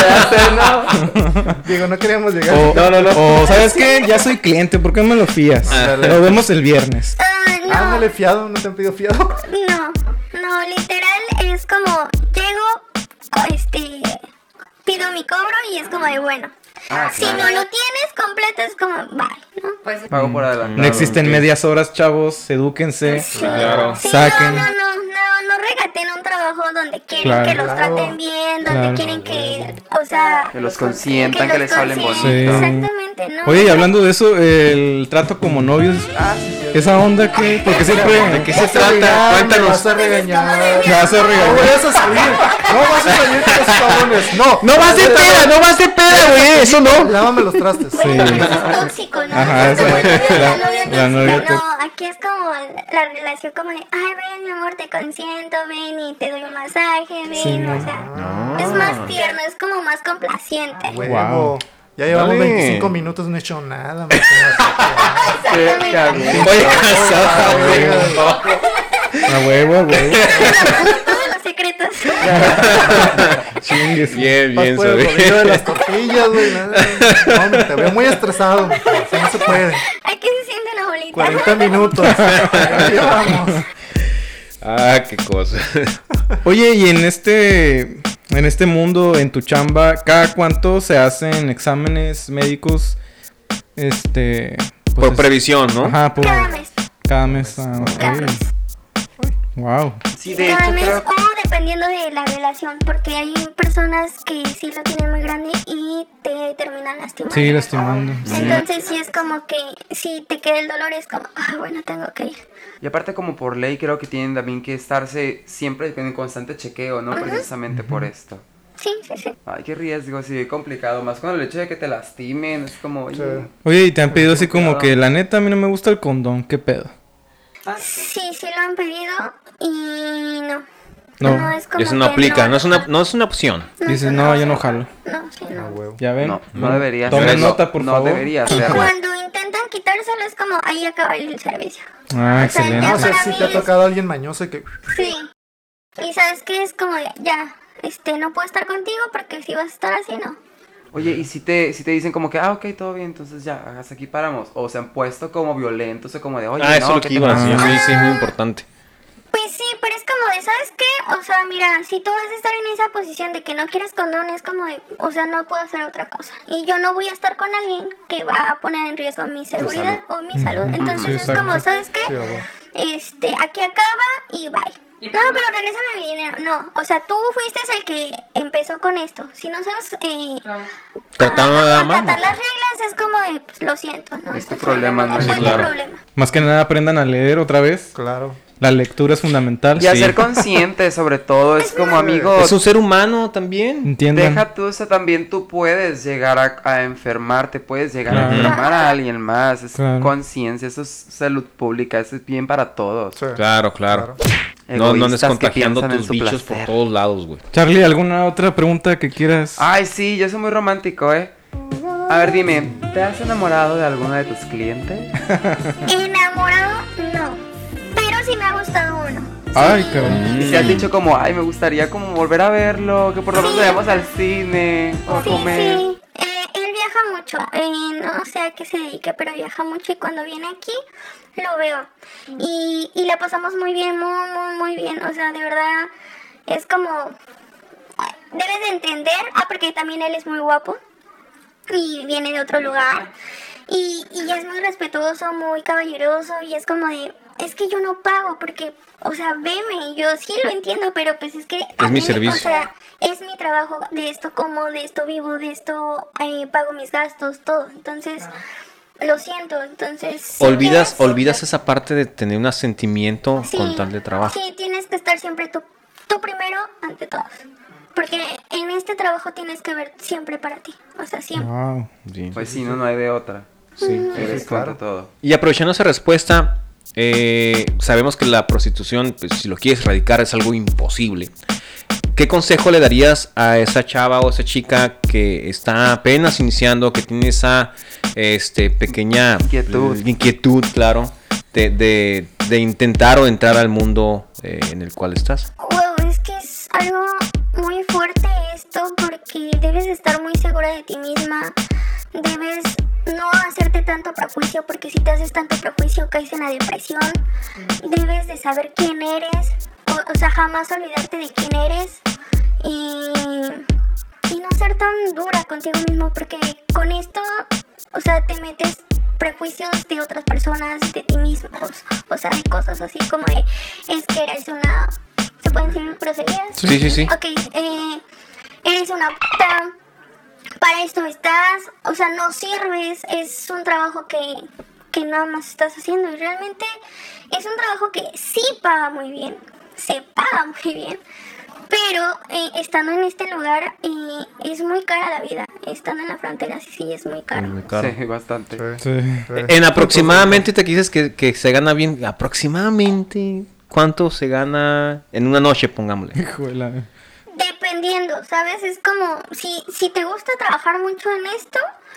Digo, no queríamos llegar. O ¿sabes qué? Ya soy cliente, ¿por qué me lo fías? Lo vemos el viernes. No, Ándale, fiado, ¿no te han pedido fiado? no, literal es como, llego, pido mi cobro y es como de bueno. Si no lo tienes completo es como, bye, ¿no? Pago por adelantado. No existen medias horas, chavos, edúquense. Sí, Claro. sí, Saquen. no regaten un trabajo donde quieren Claro. que los traten bien, donde Claro. quieren que, o sea... Que los consientan, que les hablen bonito. Sí. Exactamente, ¿no? Oye, y hablando de eso, el trato como novios, esa onda que, porque siempre... ¿De qué se trata? Me Cuéntanos. vas a regañar. Me vas a No regañar. vayas a salir. No vas a salir con los cabrones. No. No vas de peda, no vas de peda, güey. Eso no. Lávame los trastes. Sí. Es tóxico, ¿no? Ajá, Es como la la novia tóxica. No, aquí es como la relación como de, ay, ven, mi amor, te consiento, ven y te doy un masaje, ven, Sí. o sea, es más tierno, es como más complaciente. Huevo. Ya llevamos Dale. 25 minutos, no he hecho nada. Oye, cansado, A huevo. Todos los secretos. Chingues. Bien, Vas bien, por el Sobe. rodillo de las tortillas, güey. No, hombre, te veo muy estresado. Así no se puede. Aquí se siente una bolita. 40 minutos. Ahí vamos. Ah, qué cosa. Oye, y en este mundo, en tu chamba, ¿cada cuánto se hacen exámenes médicos? Por previsión, ¿no? Ajá, por Cada mes. cada mes. Ah, Cada ok. mes. Wow. Sí, de Cada hecho mes creo o dependiendo de la relación, porque hay personas que sí lo tienen muy grande y te terminan lastimando. Sí, lastimando. Entonces sí es como que si te queda el dolor es como, bueno, tengo que ir. Y aparte como por ley creo que tienen también que estarse siempre en constante chequeo, ¿no? Precisamente por esto. Sí, sí, sí. Ay, qué riesgo, sí, complicado. Más con el hecho de que te lastimen, es como, oye, Sí. Oye, y te han pedido así como que la neta a mí no me gusta el condón, ¿qué pedo? Sí, sí lo han pedido y no. No. es como Eso no que aplica, no es una opción. Dices, no, yo no jalo. No, sí, Ah, no. huevo. ¿Ya ven? no debería Tomen hacerlo. nota, por no favor. debería hacerlo. Cuando intentan quitárselo es como, ahí acaba el servicio. Ah, O sea, excelente. ya No sé para si mí te ha es- tocado alguien mañoso que... Sí. Y sabes que es como, de, ya, no puedo estar contigo porque si vas a estar así, no. Oye, y si te dicen como que, ok, todo bien, entonces ya, hasta aquí paramos. O se han puesto como violentos o como de, oye, Eso es lo ¿qué que te iba a pasa? decir. Sí, sí, muy importante. Pues sí, pero es como de, ¿sabes qué? O sea, mira, si tú vas a estar en esa posición de que no quieres condón, es como de, o sea, no puedo hacer otra cosa. Y yo no voy a estar con alguien que va a poner en riesgo mi seguridad o mi salud. Entonces Sí, es exacto. como, ¿sabes qué? Sí, huevo. Aquí acaba y bye. No, pero regrésame mi dinero. No, o sea, tú fuiste el que empezó con esto. Si no sabes Tratando de la mano. acatar las reglas, es como de, pues lo siento, ¿no? Es tu problema, no es es tu claro. problema. Más que nada aprendan a leer otra vez. Claro. La lectura es fundamental. Y a Sí. ser consciente, sobre todo, es como, amigo, Es un ser humano también. Entiendan. deja tú, o sea, también tú puedes llegar a enfermarte, puedes llegar a Claro. enfermar a alguien más, es Claro. conciencia, eso es salud pública, eso es bien para todos. Sí. Claro, claro. No, no andes Egoístas que contagiando piensan en tus su bichos por placer. todos lados, güey. Charlie, ¿alguna otra pregunta que quieras? Ay, sí, yo soy muy romántico, ¿eh? A ver, dime, ¿te has enamorado de alguno de tus clientes? Enamorado, no. Pero sí me ha gustado uno. Ay, cabrón. Y se has dicho como, ay, me gustaría como volver a verlo, que por lo menos vayamos al cine o a Sí, comer. sí. Él viaja mucho. No sé a qué se dedica, pero viaja mucho y cuando viene aquí lo veo. Y la pasamos muy bien, muy, muy, muy bien. O sea, de verdad es como... Debes de entender. Porque también él es muy guapo. Y viene de otro lugar. Y es muy respetuoso, muy caballeroso. Y es como de... Es que yo no pago porque... O sea, veme. Y yo sí lo entiendo, pero pues es que... a Es mi mí, servicio. O sea, es mi trabajo, de esto como, de esto vivo, de esto pago mis gastos, todo. Entonces, lo siento, entonces... sí Olvidas tienes- esa parte de tener un sentimiento sí, con tal de trabajo. Sí, tienes que estar siempre tú primero ante todos. Porque en este trabajo tienes que ver siempre para ti. O sea, siempre. Wow. Sí. Pues sí, no hay de otra. Sí. Eres claro. contra todo. Y aprovechando esa respuesta, sabemos que la prostitución, pues, si lo quieres erradicar, es algo imposible. ¿Qué consejo le darías a esa chava o esa chica que está apenas iniciando, que tiene esa pequeña Inquietud. claro, de intentar o entrar al mundo en el cual estás? Wow, es que es algo muy fuerte esto porque debes de estar muy segura de ti misma. Debes no hacerte tanto prejuicio porque si te haces tanto prejuicio caes en la depresión. Debes de saber quién eres, o sea, jamás olvidarte de quién eres y no ser tan dura contigo mismo porque con esto, o sea, te metes prejuicios de otras personas, de ti mismo, o sea, de cosas así como de, es que eres una... ¿Se pueden decir groserías? Sí. Ok, eres una puta, para esto estás, o sea, no sirves, es un trabajo que nada más estás haciendo y realmente es un trabajo que sí paga muy bien, se paga muy bien, pero estando en este lugar es muy cara la vida, estando en la frontera sí es muy caro. Muy caro. Sí, bastante. Sí. Sí. En aproximadamente, te dices que se gana bien, aproximadamente, ¿cuánto se gana en una noche, pongámosle? Híjole. Dependiendo, ¿sabes? Es como, si te gusta trabajar mucho en esto,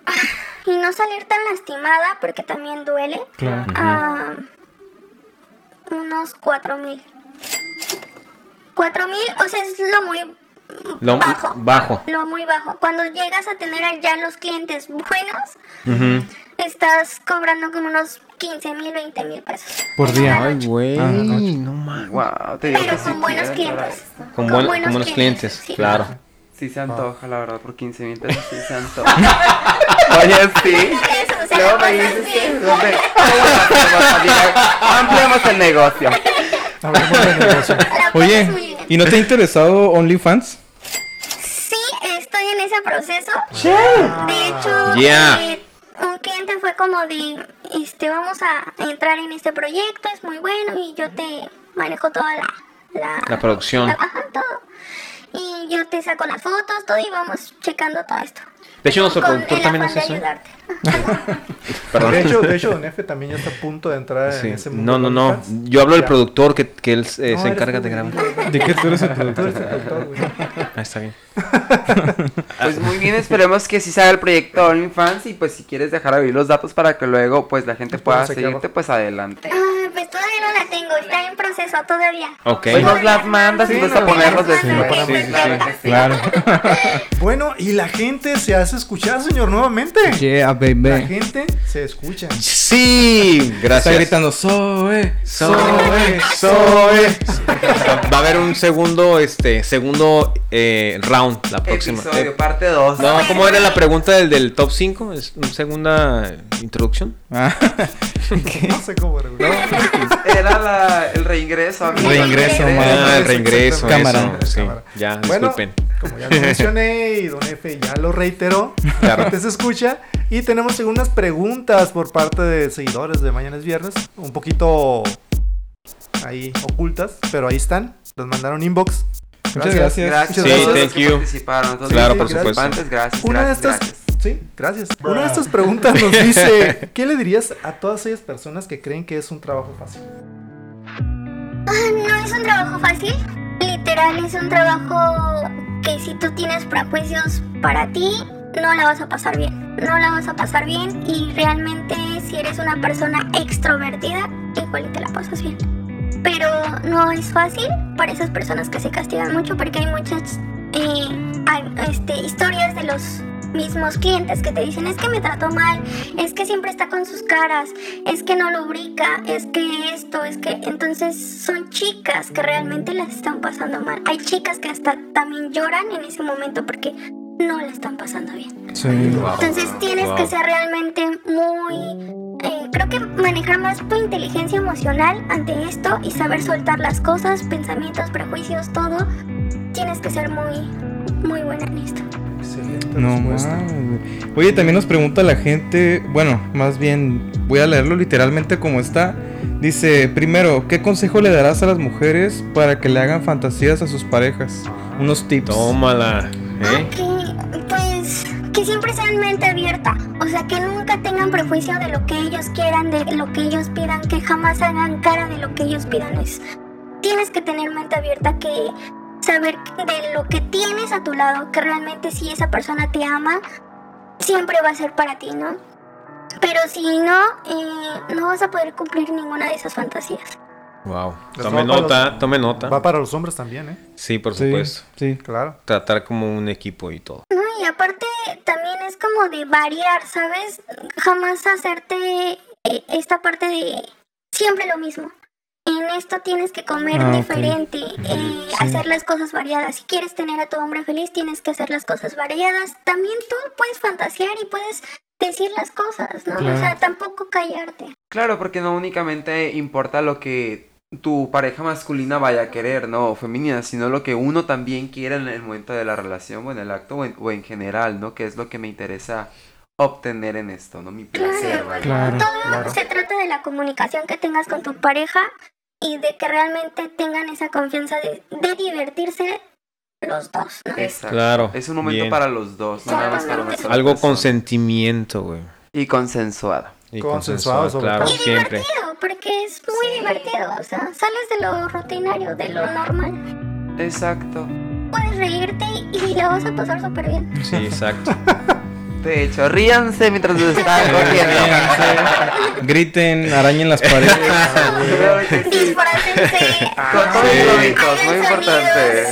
y no salir tan lastimada, porque también duele, Claro. a unos 4,000. 4,000, o sea, es lo muy bajo. Lo muy bajo. Cuando llegas a tener ya los clientes buenos, estás cobrando como unos 15,000, 20,000 pesos. Por día. Ay, güey, Ah, no mames. Wow, te digo Pero que con sí buenos quiero, clientes. Con Con buenos clientes, sí. claro. Sí se antoja, la verdad, por 15,000 pesos sí se antoja. Oye, sí. Eso, o sea, Luego la me pasas dices bien. ¿dónde? Ampliamos el negocio. Hablemos de negocio. La pasas Oye, muy bien. ¿y no te ha interesado OnlyFans? Sí, estoy en ese proceso. De hecho, Yeah. un cliente fue como de, vamos a entrar en este proyecto, es muy bueno y yo te manejo toda La producción. Ajá, todo. Y yo te saco las fotos, todo y vamos checando todo esto. De hecho, nuestro Con productor el también afán hace de eso. ayudarte. Perdón. De hecho, Don F también ya está a punto de entrar Sí. en ese mundo. No. de OnlyFans. Yo hablo del Ya. productor que él No, se eres encarga tú, de grabar. güey. ¿De qué tú eres el Tú productor? eres el productor, güey. Ah, está bien. Pues muy bien, esperemos que sí se haga el proyecto OnlyFans y pues si quieres dejar abrir los datos para que luego pues la gente Nos pueda ponemos aquí seguirte, abajo. pues adelante. Pues todavía no la tengo, está en proceso todavía. Ok. Pues nos las mandas y Sí, pues no, a ponerlos sí, después. sí, Claro que sí. Claro. Bueno, y la gente se hace escuchar, señor, nuevamente. Yeah, La baby. gente se escucha. Sí, Está gracias. gritando, Zoe. Va a haber un segundo round la próxima. Episodio, parte 2. No, ¿cómo era la pregunta del top 5? ¿Es una segunda introducción? Ah, No sé cómo regular. Era el reingreso, amigo. Reingreso, El man. Ah, el reingreso. Cámara. Eso, sí. Cámara. Ya, Bueno, disculpen. como ya lo mencioné y Don F ya lo reiteró, Claro. la gente se escucha. Y tenemos algunas preguntas por parte de seguidores de Mañana es Viernes, un poquito ahí ocultas, pero ahí están. Los mandaron inbox. Muchas gracias. Gracias Sí, a todos los thank que you. participaron. a todos Claro, los por supuesto. participantes, Gracias, Una de gracias, estas, gracias. sí, gracias. Una de estas preguntas nos dice, ¿qué le dirías a todas aquellas personas que creen que es un trabajo fácil? No es un trabajo fácil, literal es un trabajo que si tú tienes prejuicios para ti, no la vas a pasar bien. No la vas a pasar bien y realmente si eres una persona extrovertida, igual y te la pasas bien. Pero no es fácil para esas personas que se castigan mucho porque hay muchas historias de los mismos clientes que te dicen es que me trató mal, es que siempre está con sus caras, es que no lubrica, es que esto, es que... Entonces son chicas que realmente las están pasando mal. Hay chicas que hasta también lloran en ese momento porque no la están pasando bien. sí. Entonces tienes que Wow. ser realmente muy... creo que manejar más tu inteligencia emocional ante esto y saber soltar las cosas, pensamientos, prejuicios, todo. Tienes que ser muy, muy buena en esto. Excelente No respuesta. mames, güey. Oye, también nos pregunta la gente, bueno, más bien voy a leerlo literalmente como está. Dice, primero, ¿qué consejo le darás a las mujeres para que le hagan fantasías a sus parejas? Unos tips. Tómala. Pues que siempre sean mente abierta, o sea que nunca tengan prejuicio de lo que ellos quieran, de lo que ellos pidan, que jamás hagan cara de lo que ellos pidan. Tienes que tener mente abierta, que saber de lo que tienes a tu lado, que realmente si esa persona te ama, siempre va a ser para ti, ¿no? Pero si no, no vas a poder cumplir ninguna de esas fantasías. Wow. Eso Tome va para nota, tome Va nota. para los hombres también, ¿eh? Sí, por Sí, supuesto. sí. Claro. Tratar como un equipo y todo. No, y aparte también es como de variar, ¿sabes? Jamás hacerte esta parte de siempre lo mismo. En esto tienes que comer Ah, ok. diferente, hacer las cosas variadas. Si quieres tener a tu hombre feliz, tienes que hacer las cosas variadas. También tú puedes fantasear y puedes decir las cosas, ¿no? Claro. O sea, tampoco callarte. Claro, porque no únicamente importa lo que tu pareja masculina vaya a querer, ¿no? O femenina, sino lo que uno también quiere en el momento de la relación o en el acto o en general, ¿no? Que es lo que me interesa obtener en esto, ¿no? Mi placer, ¿vale? Claro. Todo se trata de la comunicación que tengas con tu pareja y de que realmente tengan esa confianza de divertirse los dos, ¿no? Exacto. Claro, Es un momento bien. para los dos, no nada más para una sola Algo con persona. sentimiento, güey. Y consensuado. Y Consensuado, sobre claro, todo. Y siempre. divertido, porque es muy divertido, o sea, sales de lo rutinario, de lo normal. Exacto. Puedes reírte y la vas a pasar súper bien. Sí, exacto. De hecho, ríanse mientras les están cogiendo. Griten, arañen las paredes. Disfrácense. Con todos los sonidos, muy importante.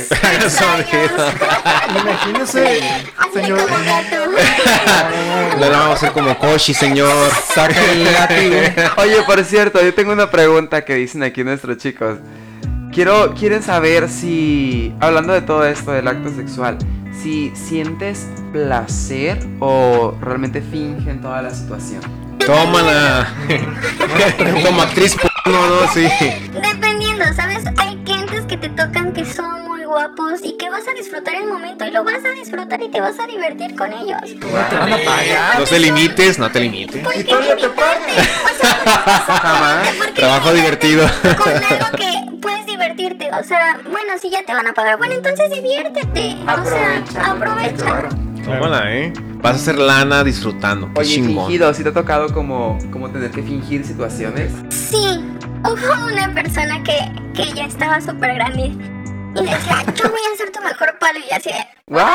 Imagínese, Así señor. como gato. No vamos a hacer como Koshi, señor. Saca el látigo. Oye, por cierto, yo tengo una pregunta que dicen aquí nuestros chicos. Quieren saber si, hablando de todo esto del acto sexual, si sientes placer o realmente fingen toda la situación. Tómala. Como actriz no, sí. Dependiendo, ¿sabes? Hay clientes que te tocan que son muy guapos y que vas a disfrutar el momento y lo vas a disfrutar y te vas a divertir con ellos. Te van a pagar. No te limites, no te limites. ¿Por qué limitarte? O sea, ¿por qué Trabajo divertido. con algo que puedes divertirte? O sea, bueno, si ya te van a pagar, bueno, entonces diviértete. O sea, aprovecha. Tómala, Vas a hacer lana disfrutando. Qué Oye, chingón. fingido, ¿sí te ha tocado como tener que fingir situaciones? Sí, hubo una persona que ya estaba súper grande y decía, yo voy a ser tu mejor palo y así de, ¡Wow!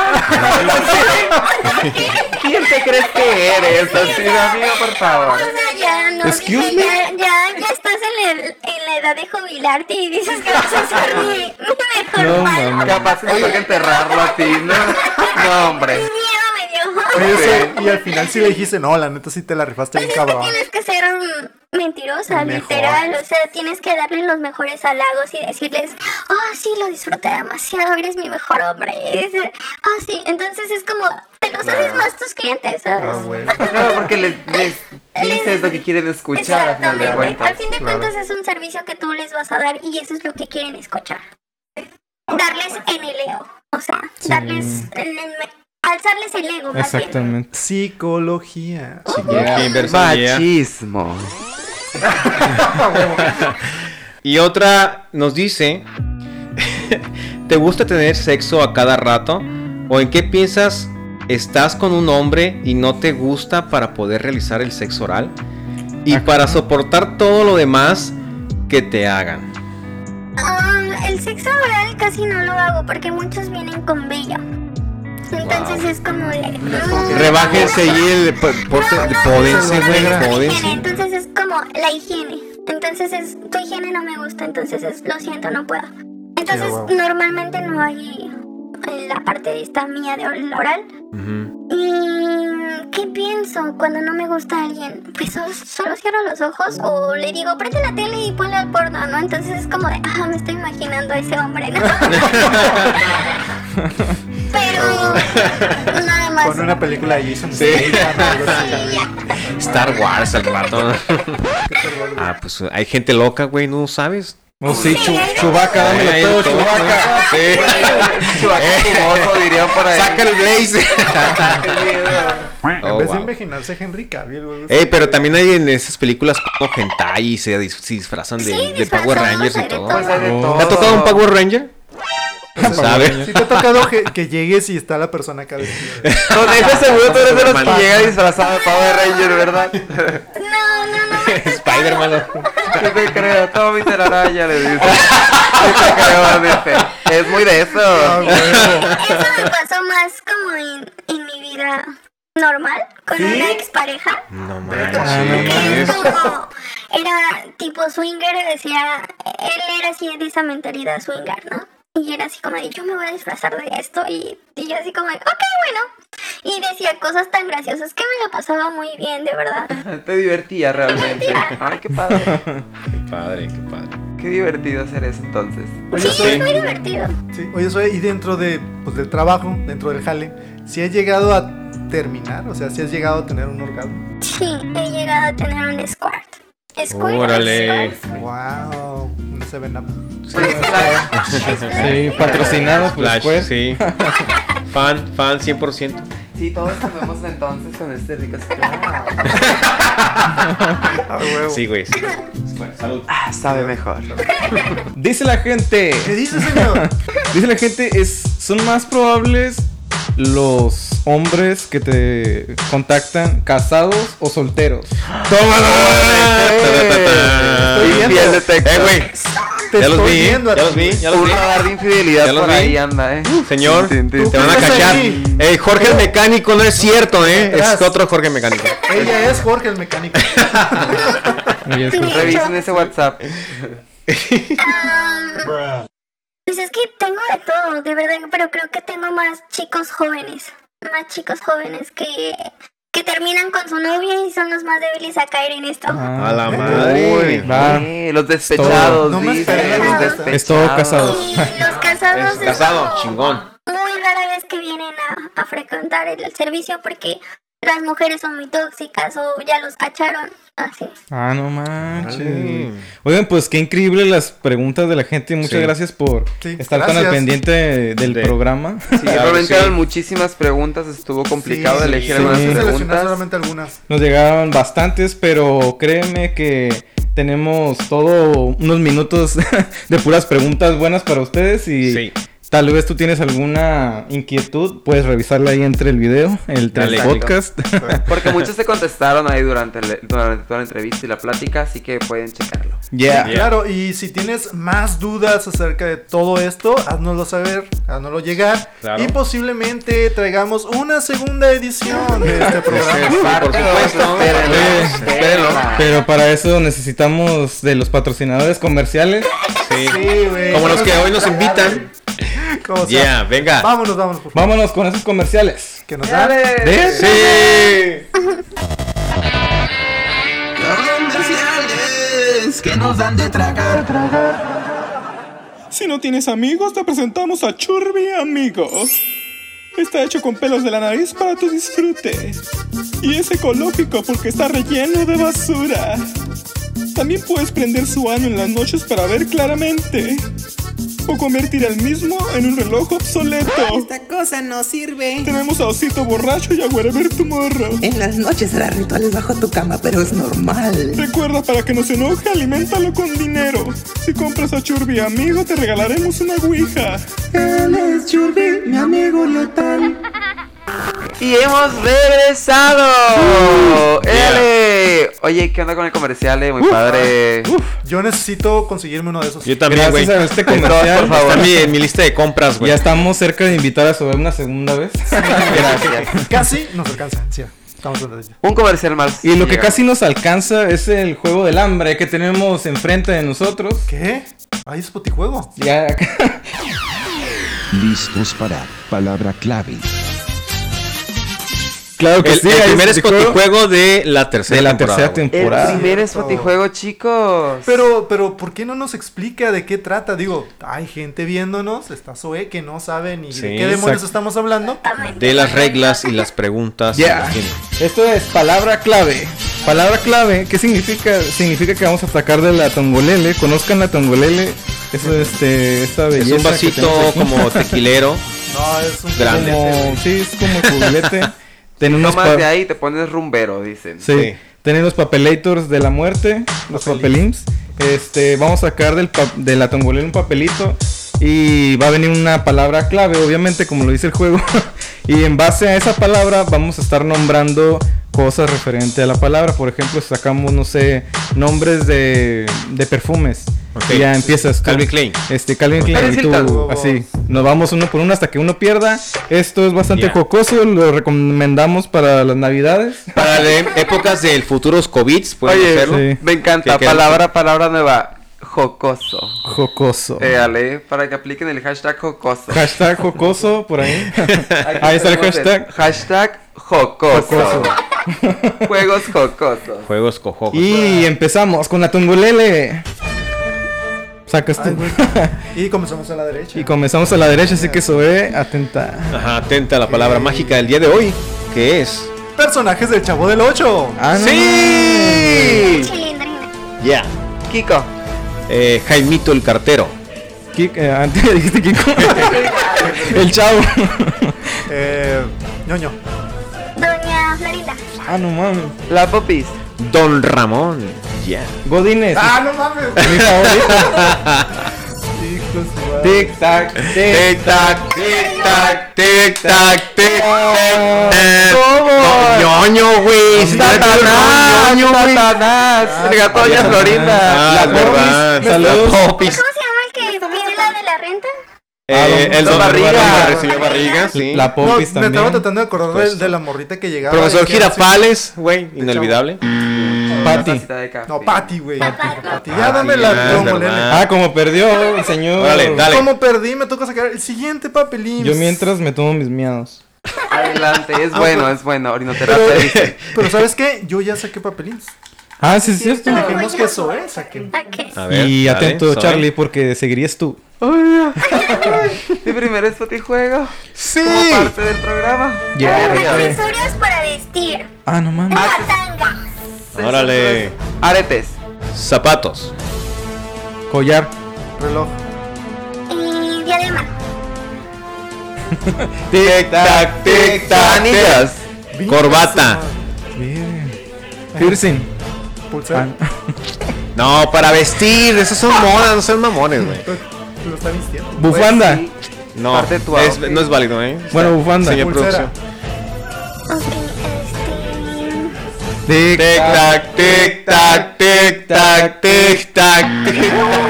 ¿Quién te crees que eres? Así, amigo, por favor. o sea, ya no, Excuse dije, ya estás en la edad de jubilarte y dices que vas a ser mi mejor No, palo. mames. Capaz me toca enterrarlo a ti, ¿no? No, hombre. Miedo me dio. Oye, y al final sí le dijiste, no, la neta sí te la rifaste Pues bien es que cabrón. tienes que ser mentirosa, Mejor. literal. O sea, tienes que darle los mejores halagos y decirles, oh, sí, lo disfruté demasiado, eres mi mejor hombre. Oh, sí. Entonces es como, te los haces más tus clientes, ¿sabes? Ah, güey. No, porque les dices lo que quieren escuchar al final de Exactamente. cuentas. Al fin de cuentas es un servicio que tú les vas a dar y eso es lo que quieren escuchar. Darles en el ego. O sea, darles alzarles el ego. más bien. Exactamente. Psicología. Machismo. Y otra nos dice, ¿te gusta tener sexo a cada rato? ¿O en qué piensas estás con un hombre y no te gusta para poder realizar el sexo oral? Y para soportar todo lo demás que te hagan. El sexo oral casi no lo hago porque muchos vienen con vello. Entonces es como de... Rebájense y el pódense, no, güey, no, no, pódense. higiene. Entonces es como la higiene. Entonces tu higiene no me gusta, entonces lo siento, no puedo. Entonces normalmente no hay la parte esta mía de oral. ¿Y qué pienso cuando no me gusta alguien? Pues solo cierro los ojos o le digo, prende la tele y ponle al porno, ¿no? Entonces es como de, me estoy imaginando a ese hombre, ¿no? Pero nada más. Con una película de Jason Sí. Statham, algo así. Sí, ya. Star Wars al rato. Pues hay gente loca, güey, ¿no sabes? Oh, sí, Chewbacca, dámelo Ay, todo, todo, Chewbacca. Sí. Chubaco, dirían por ahí. Saca el blaze. En Oh, vez de wow. imaginarse Henry Cavill, güey. Pero también hay en esas películas como hentai y se disfrazan de, Sí, de Power disfrazamos Rangers y de todo. todo. Pues hay de todo. ¿Te ha tocado un Power Ranger? ¿Sabes? Si te ha tocado que llegues y está la persona acá vestida. No, de eso seguro tú eres de los que Superman. llega disfrazado de Power Ranger, ¿verdad? No. Spider-Man. Yo te creo, todo mi telaraña le dice. Yo te creo, dice. Es muy de eso. Eso me pasó más como en mi vida normal, con una expareja. No Que es manches. como, era tipo swinger, decía, él era así de esa mentalidad swinger, ¿no? Y era así como de, yo me voy a disfrazar de esto y yo así como de, ok, bueno. Y decía cosas tan graciosas que me lo pasaba muy bien, de verdad. Te divertía realmente. Ay, qué padre. Qué padre, qué padre. Qué divertido hacer eso entonces. Sí, es muy divertido. Sí. Oye, Zoe, y dentro de, pues, del trabajo, dentro del jale, ¿si has llegado a terminar? O sea, ¿si has llegado a tener un orgasmo? Sí, he llegado a tener un squirt. Squirt. Órale. Wow, no se ven nada. Sí, patrocinado por Flash, Square. sí. Fan 100%. Sí, todos comemos entonces con este rico Sí, güey. Sí. Bueno, salud. Sabe mejor. Dice la gente. ¿Qué dices, señor? Dice la gente, son más probables los hombres que te contactan casados o solteros. ¡Tómala! Estoy viendo. Güey. Te Ya los estoy vi, viendo a ya ti. los vi, ya los Un vi. radar de infidelidad Ya los por vi. ahí anda, Señor, Tin, tin, te tin. van a ¿Qué haces cachar. ahí? Jorge el mecánico no es cierto, es Atrás. otro Jorge mecánico. Ella es Jorge el mecánico. Oye, es que- Revisen ese WhatsApp. Pues es que tengo de todo, de verdad, pero creo que tengo más chicos jóvenes que terminan con su novia y son los más débiles a caer en esto. A la madre. Va. Los despechados, No me dicen, esperé. los Es despechados. Es todo casado. Y los casados es Casado, como chingón. muy rara vez que vienen a frecuentar el servicio porque las mujeres son muy tóxicas o ya los cacharon. Así. Ah, no manches. Ay. Oigan, pues qué increíble las preguntas de la gente. Muchas Sí. gracias por Sí, estar tan gracias. al pendiente del programa. Sí, Claro, realmente sí. eran muchísimas preguntas, estuvo complicado Sí, de elegir sí. algunas Sí. Seleccioné preguntas. solamente algunas. Nos llegaron bastantes, pero créeme que tenemos todo unos minutos de puras preguntas buenas para ustedes y Sí. tal vez tú tienes alguna inquietud, puedes revisarla ahí entre el video, el Dale. podcast. Porque muchos se contestaron ahí durante toda la entrevista y la plática, así que pueden checarlo. Yeah. Claro, y si tienes más dudas acerca de todo esto, háznoslo saber, háznoslo llegar. Claro. Y posiblemente traigamos una segunda edición de este programa. Por supuesto. Espérenlo. Pero para eso necesitamos de los patrocinadores comerciales. Sí. Sí, güey. Como los que hoy nos invitan. Como sea. Yeah, venga. Vámonos, por favor. Vámonos con esos comerciales. Que nos da. ¿De? Sí. Comerciales que nos dan de tragar. Si no tienes amigos, te presentamos a Churbi Amigos. Está hecho con pelos de la nariz para tu disfrute. Y es ecológico porque está relleno de basura. También puedes prender su ano en las noches para ver claramente. O convertir el mismo en un reloj obsoleto. Esta cosa no sirve. Tenemos a Osito Borracho y a Wherever Tomorrow. En las noches hará rituales bajo tu cama, pero es normal. Recuerda, para que no se enoje, aliméntalo con dinero. Si compras a Churbi Amigo, te regalaremos una ouija. Él es Churbi, mi amigo letal. Y hemos regresado. ¡Ele! Oye, ¿qué onda con el comercial? Muy padre. Yo necesito conseguirme uno de esos. Yo también, güey. Gracias a este Por comercial, favor. Está en mi lista de compras, güey. ya estamos cerca de invitar a Sober una segunda vez. Gracias. Casi nos alcanza. Sí, estamos en ello. Un comercial más. Y lo que llega. casi nos alcanza es el juego del hambre que tenemos enfrente de nosotros. ¿Qué? ¿Hay spotijuego? Ya. Listos para palabra clave. Claro que El sí. el hay primer spotijuego spotijuego de la tercera de la temporada, tercera güey. El temporada. primer spotijuego, chicos. Pero, ¿por qué no nos explica de qué trata? Digo, hay gente viéndonos, está Zoe que no sabe ni Sí, de qué demonios exacto. estamos hablando. De las reglas y las preguntas. Ya. que tienen. Esto es palabra clave. Palabra clave, ¿qué significa? Significa que vamos a sacar de la tongolele. Conozcan la tongolele. Eso esta Es belleza. un vasito que tenemos aquí. como tequilero. No, es un Grande. Como, sí, es como juguete. Tiene unos Tomas pa- de ahí y te pones rumbero, dicen. Sí. Sí. Tiene los papelators de la muerte, los papelins. Vamos a sacar de la tongolele un papelito y va a venir una palabra clave, obviamente, como lo dice el juego. Y en base a esa palabra vamos a estar nombrando cosas referentes a la palabra. Por ejemplo, sacamos, no sé, nombres de perfumes. Ok. Y ya empiezas tú. Calvin Klein. Calvin Klein, y Calvin tú, así. Nos vamos uno por uno hasta que uno pierda. Esto es bastante Ya. jocoso, lo recomendamos para las navidades. Para épocas del futuros COVID, pueden Oye, hacerlo. sí. Me encanta. ¿Qué Palabra nueva. Jocoso. Jocoso. Ale, para que apliquen el hashtag jocoso. Hashtag jocoso por ahí. Aquí Ahí está el tenemos hashtag. Hashtag jocoso. Jocoso. Juegos jocosos. Juegos cojojos. Y empezamos con la tongolele. Sacas tú. Ay, güey. Y comenzamos a la derecha. Y comenzamos a la derecha, así que Zoe, atenta. Ajá, atenta a la palabra mágica del día de hoy, que es... Personajes del Chavo del 8. Ah, no. ¡Sí! Chilindrina. Ya. Kiko. Jaimito el cartero. Antes dijiste Kiko. El chavo. Ñoño. Doña Florinda. Ah, no mames. La Popis. Don Ramón. Ya. Godínez. No mames. Mi favorito. Hijo de su madre. Tic tac, Tic tac, tic tac, tic tac, tic tac. ¿Cómo? Ñoño, güey. Satanás. Ñoño, güey. Satanás. El gato Doña Florinda. Ah, La es verdad. Saludos. La Popis. ¿Cómo se El Don Barriga. El señor Barriga, sí. La No, Popis me también. estaba tratando de acordar Pues, de la morrita que llegaba. Profesor y que Girafales, güey, inolvidable. Pati. Tacita de café. No, Pati, güey. Pati. Pati, Ya dame la es trombolele. verdad. Ah, como perdió el señor. Órale, dale. Como perdí, me toca sacar el siguiente papelín. Yo mientras me tomo mis miados. Adelante, es bueno. Orinoterapia Pero, dice. pero ¿sabes qué? Yo ya saqué papelín. Ah, sí, es cierto. Dijimos que eso es, saqué. Ok. A ver, Y dale, atento, Zoe. Charlie, porque seguirías tú. Mi primer espotijuego. Sí. Como parte del programa. Accesorios para vestir. Ah, no mames. La tanga. Órale. Aretes. Zapatos. Collar. Reloj. Y diadema. Tic tac, tic tac. Anillas. Corbata. Bien. Piercing. Pulsar. No, para vestir. Esas son modas, no son mamones, güey. Lo está vistiendo. Bufanda. Pues sí. No, Parte de tu es, outfit. no es válido, ¿eh? Bueno, bufanda. Señor Pulsera. producción. Ok, Tic, Tic tac, tic tac, tic tac, tic tac, tic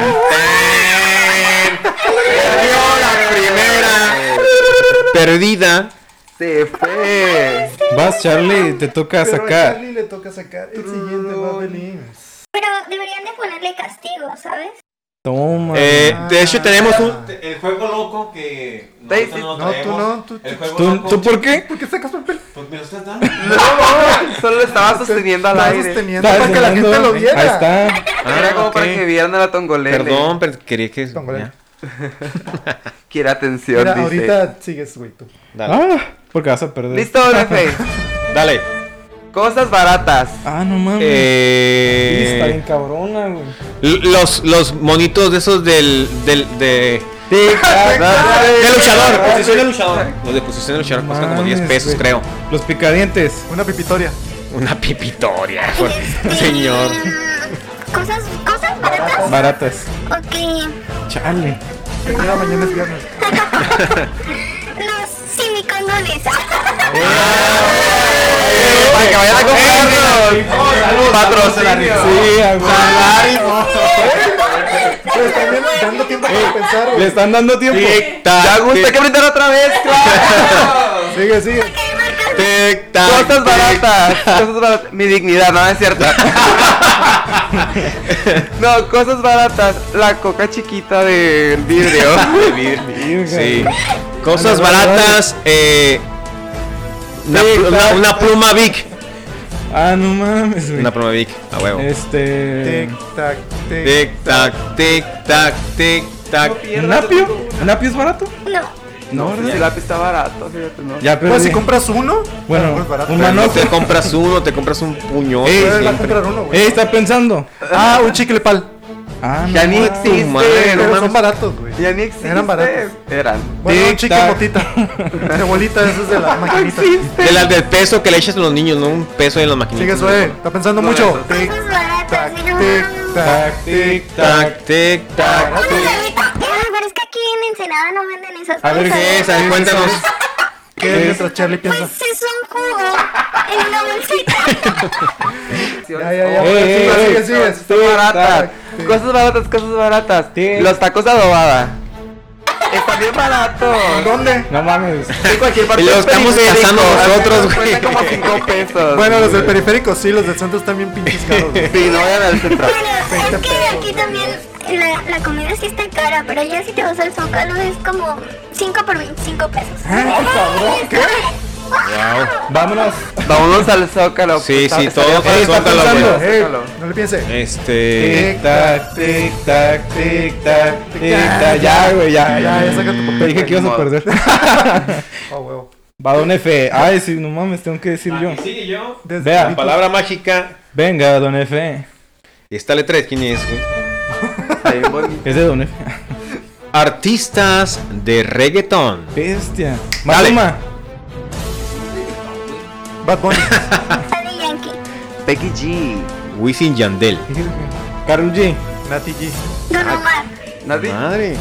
tac. Perdió la primera. Perdida. Se fue. Vas, Charlie, te toca Pero a sacar. Charlie le toca sacar el siguiente papelín. Pero deberían de ponerle castigo, ¿sabes? Toma. De hecho, tenemos el juego loco que. Daisy. No, tú no. El juego ¿Tú por qué? ¿Por qué sacas papel? Pues me lo estás dando. No, solo lo estaba sosteniendo al Estaba aire. sosteniendo Estás para que la gente enseñando. lo viera. Ahí está. Era como ok. para que vieran a la tongolele. Perdón, pero quería que. Tongolele. Ya. Quiere atención, Mira, dice. ahorita sigues, güey, tú. Dale. Ah, porque vas a perder. Listo, Nefe. Dale. Cosas baratas. Ah, no mames. Sí, está bien cabrona, güey. Los monitos de esos de luchador, posición de luchador. Los de posición de luchador cuestan como 10 Mames, pesos, güey. creo. Los picadientes. Una pipitoria. Una pipitoria, señor. Cosas baratas. Baratas. Ok. Chale. Mira, mañana es viernes. Los siliconones. Para que vayan a comprarlos. Patrocinio. Sí, a huevo. Pero están dando tiempo para pensar, Le güey. están dando tiempo. Tic Ya tac. gusta que brindar otra vez, claro. Sigue, sigue. Tic tac. Cosas baratas. Cosas baratas. Mi dignidad, no es cierto. No, cosas baratas. La coca chiquita del vidrio. Sí. Cosas baratas. Una pluma Vic. Ah, no mames, güey. Una pluma Vic, a huevo. Este. Tic, tac, tic. Tic tac, tic tac, tic tac. ¿Napio? ¿Napio es barato? No. No, Si el lápiz está barato, fíjate, ¿no? Ya, pero. Pues si compras uno, Bueno, pues barato. un Pero no manote. te compras uno, te compras un puñón. Ey, Puedes siempre. comprar uno, güey. Está pensando. Ah, un chicle pal. Ah, no. Ya ni mames. existe. madre, no Pero mames. son baratos, güey. Ya ni existe. Eran baratos. Eran. Bueno, un Tic, chicle tac. motita. De bolita, eso es de la maquinita. De las del peso que le echas a los niños, no un peso en las maquinitas. Sigue, suave. Está pensando No, mucho. eso. Tic, Cosas baratas. tac, no. tic, tac, tic, tac. Tac, tic tac. Una cerveza. Pero es que aquí en Ensenada no venden esas A ver, cosas. ¿Qué es? A ver, cuéntanos. ¿Qué es mientras Charlie piensa? Pues es un jugo en una bolsita. Ya. Ey, Sigue. Cosas baratas. Cosas baratas, cosas baratas. Los tacos de adobada. Están bien baratos. ¿Dónde? No mames. En cualquier parte Y los del estamos periférico. cazando nosotros, güey. Cuestan como 5 pesos. Bueno, los del periférico sí, los del centro están bien pinches caros, güey. Sí, no vayan al centro. Bueno, es que aquí también la comida sí está cara, pero ya si te vas al Zócalo es como 5 por 25 pesos. Vámonos. Vámonos al Zócalo. Sí, Está- sí, está todo bien para el padre. Zócalo, pensando. güey. Ey, no le piense. Tic tac, tic tac, tic tac, tic tac. Ya, güey, ya. Ya saca tu Te papel. dije que ibas a perder. Oh, huevo. Va, don F. Ay, sí, no mames, tengo que decir yo. Sigue yo. Desde Vea. La palabra mágica. Venga, don F. Y está letra de quién es, güey. Está bien bonito. Es de don F. Artistas de reggaetón. Bestia. Dale. Maluma. Bad Bunny. Daddy Yankee, Becky G. Wisin Yandel. Karol G. Nati G. Don Omar, ¿Nadie? Madre.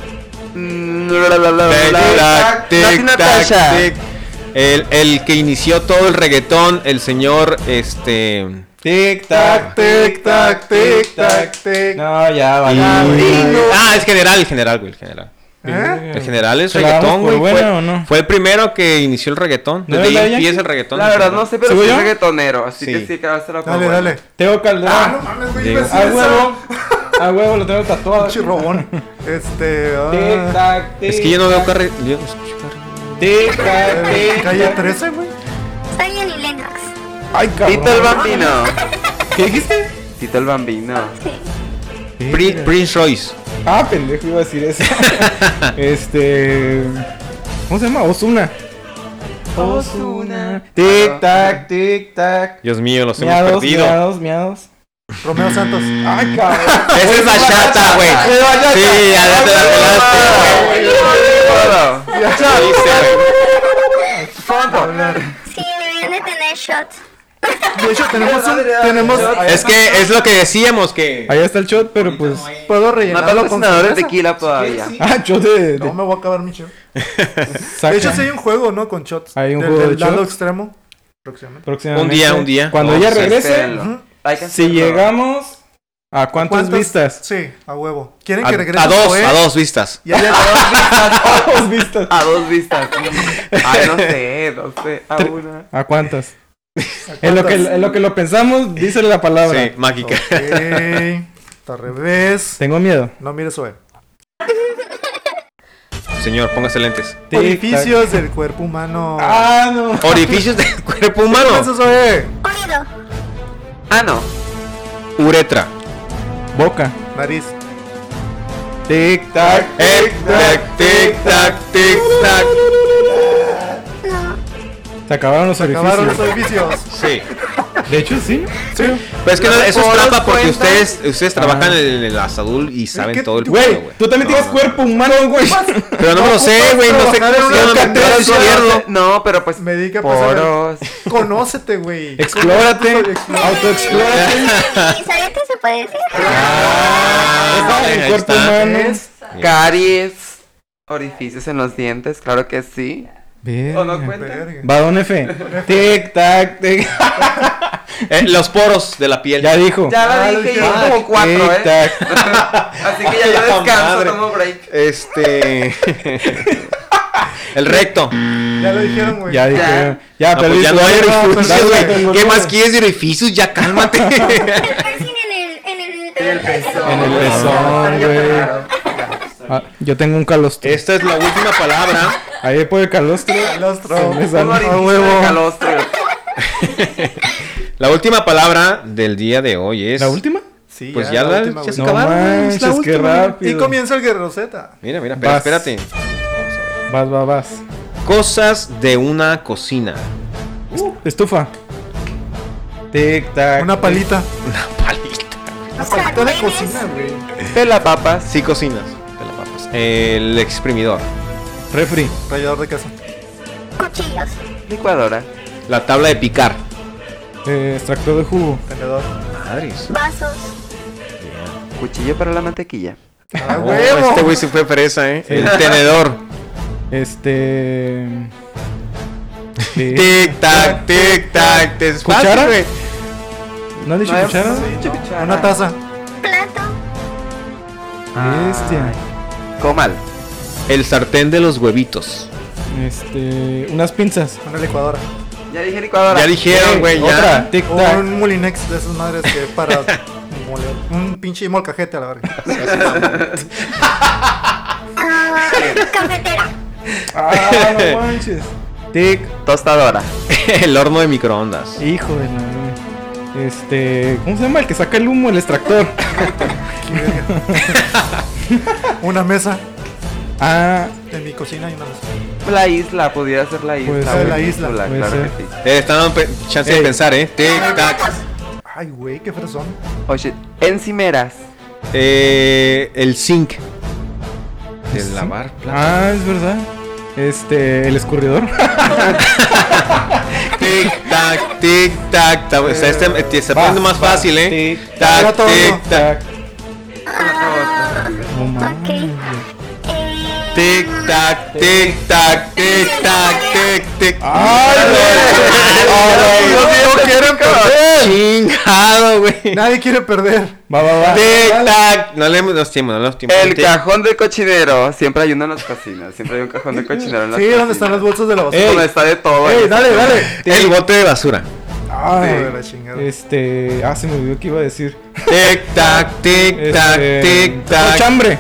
Tic, Tic, Natasha. tic. El que inició todo el reggaetón, el señor, Tic Tac, tic, tac, tic, tac, tic. No, ya, vale. es general, güey, el general. El general es ¿Se la damos reggaetón, por güey. buena o no? Fue el primero que inició el reggaetón. ¿No Desde era ahí la empieza Yankee? el reggaetón. La verdad no sé, pero ¿Sigo soy yo? reggaetonero, así Sí. que sí, que va a ser la Dale, dale. Teo Calderón. Ah, no mames, güey. Digo. iba a A decir huevo. A huevo, lo tengo tatuado. Pinche robón. Tic tac, tic. Es que yo no veo tac. carre. Tic tac, tic. Calle tac. 13, güey. Soy Annie Lennox. Ay, cabrón. Tito el Bambino. ¿Qué dijiste? Tito el Bambino. Prince Royce. Ah, pendejo, iba a decir eso. ¿Cómo se llama? Ozuna. Ozuna. Tic tac, tic tac. Dios mío, los hemos Miados, perdido. miados. Romeo Santos. Ay, cabrón. Esa es bachata, güey. Sí, ya te la pelaste, güey. Sí, deberían de tener shots. De hecho, tenemos Es que es lo que decíamos que. Ahí está el shot, pero pues. puedo No rellenarlo con patrocinador de cerveza. tequila todavía. Ah, shot de. No me voy a acabar mi shot. Saca. De hecho, sí hay un juego, ¿no? Con shots. Hay un del, juego del de lado shots. extremo. Próximamente. Próximamente. Un día. Cuando Oh, ella sí, regrese, Espérenlo. Hay que si hacerlo. llegamos. ¿A cuántas vistas? Sí, a huevo. ¿Quieren A, que regrese a dos Zoé? vistas. Y haya A dos vistas. A 2 vistas. Ay, no sé. A una. ¿A cuántas? En lo que lo pensamos, dísele la palabra. Sí, mágica. Ok. Está al revés. Tengo miedo. No mires Zoé. Señor, póngase lentes. Tic, Orificios del cuerpo humano. Ah, no. Orificios del cuerpo ¿Qué humano. pasa, Zoé? Oído. Ano. Uretra. Boca. Nariz. Tic tac. Tic tac, tic tac. No. Se acabaron los orificios. Acabaron los orificios. Sí. De hecho, sí. Sí. Pero es que no, eso es poros trampa porque cuentan. ustedes trabajan en el Azadul y saben ¿Qué? todo el Güey, pedo, tú también tienes cuerpo humano, güey. Pero no me lo sé, güey. No sé trabajar en cómo una se llama. cátedra No de sé izquierdo. No, pero pues. Me dedica a pasar. Poros. Conócete, güey. Explórate. Autoexplórate. ¿Y sabía que se puede decir? Está en Ahí cuerpo está. humano. Caries. Orificios en los dientes, claro que sí. ¿O no Verga. cuenta? Verga. Va, don F. Tic tac, tic. Los poros de la piel. Ya dijo. Ya la dije, dije. yo como 4, Tic tac. Así que ya yo Ya, descanso, madre. tomo break. El recto. Ya lo dijeron, güey. Ya dije. Ya, No, pues perdí ya su no hay alma, orificios, dale, güey. tengo ¿Qué duda. más quieres de orificios? Ya cálmate. El piercing en el pezón. En el pezón, güey. Ah, yo tengo un calostro. Esta es la última palabra. Ahí por el calostro. Calostro. Se me Un sale. orificio A de huevo. calostro. La última palabra del día de hoy es. ¿La última? Sí, Pues ya la última, ya se güey. No acabaron, güey, es la manches, qué última. rápido. Y comienza el Guerrero Z. Mira, Vas. espérate. Vas. Cosas de una cocina. Estufa. Tic tac. Una palita. Una palita. Una palita de cocina, güey. Pela papas. Sí, cocinas. Pelapapas. El exprimidor. Refri. Rallador de queso. Cuchillos. Licuadora. La tabla de picar. Extractor de jugo. Tenedor. Madres. Vasos. Cuchillo para la mantequilla. ¡Ah, Oh, huevo! este güey se fue fresa, El tenedor. Tic tac, tic tac. Te ¿Cuchara? güey. ¿No han dicho No, cuchara? sí, cuchara. Una taza. Plato. Bestia. Comal. El sartén de los huevitos. Unas pinzas. Una licuadora. Ya dije licuadora. Ya dijeron, güey, ya. Otra. Tic tac. Un Molinex de esas madres que para moler. Un pinche molcajete a la verga. Cafetera. Ah, no manches. Tic. Tostadora. El horno de microondas. Hijo de la. ¿Cómo se llama? El que saca el humo, el extractor. Una mesa. Ah, En mi cocina hay una mesa. La isla, pudiera ser la isla. Puede ser la güey, isla. Claro Puede ser. que sí. Están dando chance de Ey. pensar, Tic tac. Ay, güey, qué fresón. Oh shit. Encimeras. El zinc. De lavar. ah, es verdad. El escurridor. Tic tac, tic tac. Se está poniendo más fácil, Tic Tac, Otro, tic tac. No mames. Ok. tic tac, tic tac, tic tac, tic tic. ¡Ay, no quiero perder. Chingado, güey. Nadie quiere perder. Va. Tic tac. No le los tiempos. El cajón del cochinero. Siempre hay uno en las cocinas. Siempre hay un cajón de cochinero en las Sí, cocinas. donde están las bolsas de la basura. Donde está de todo. Ey, dale. El bote de basura. Ay, la chingada. Se me olvidó que iba a decir. Tic tac, tic tac, tic tac. Cochambre.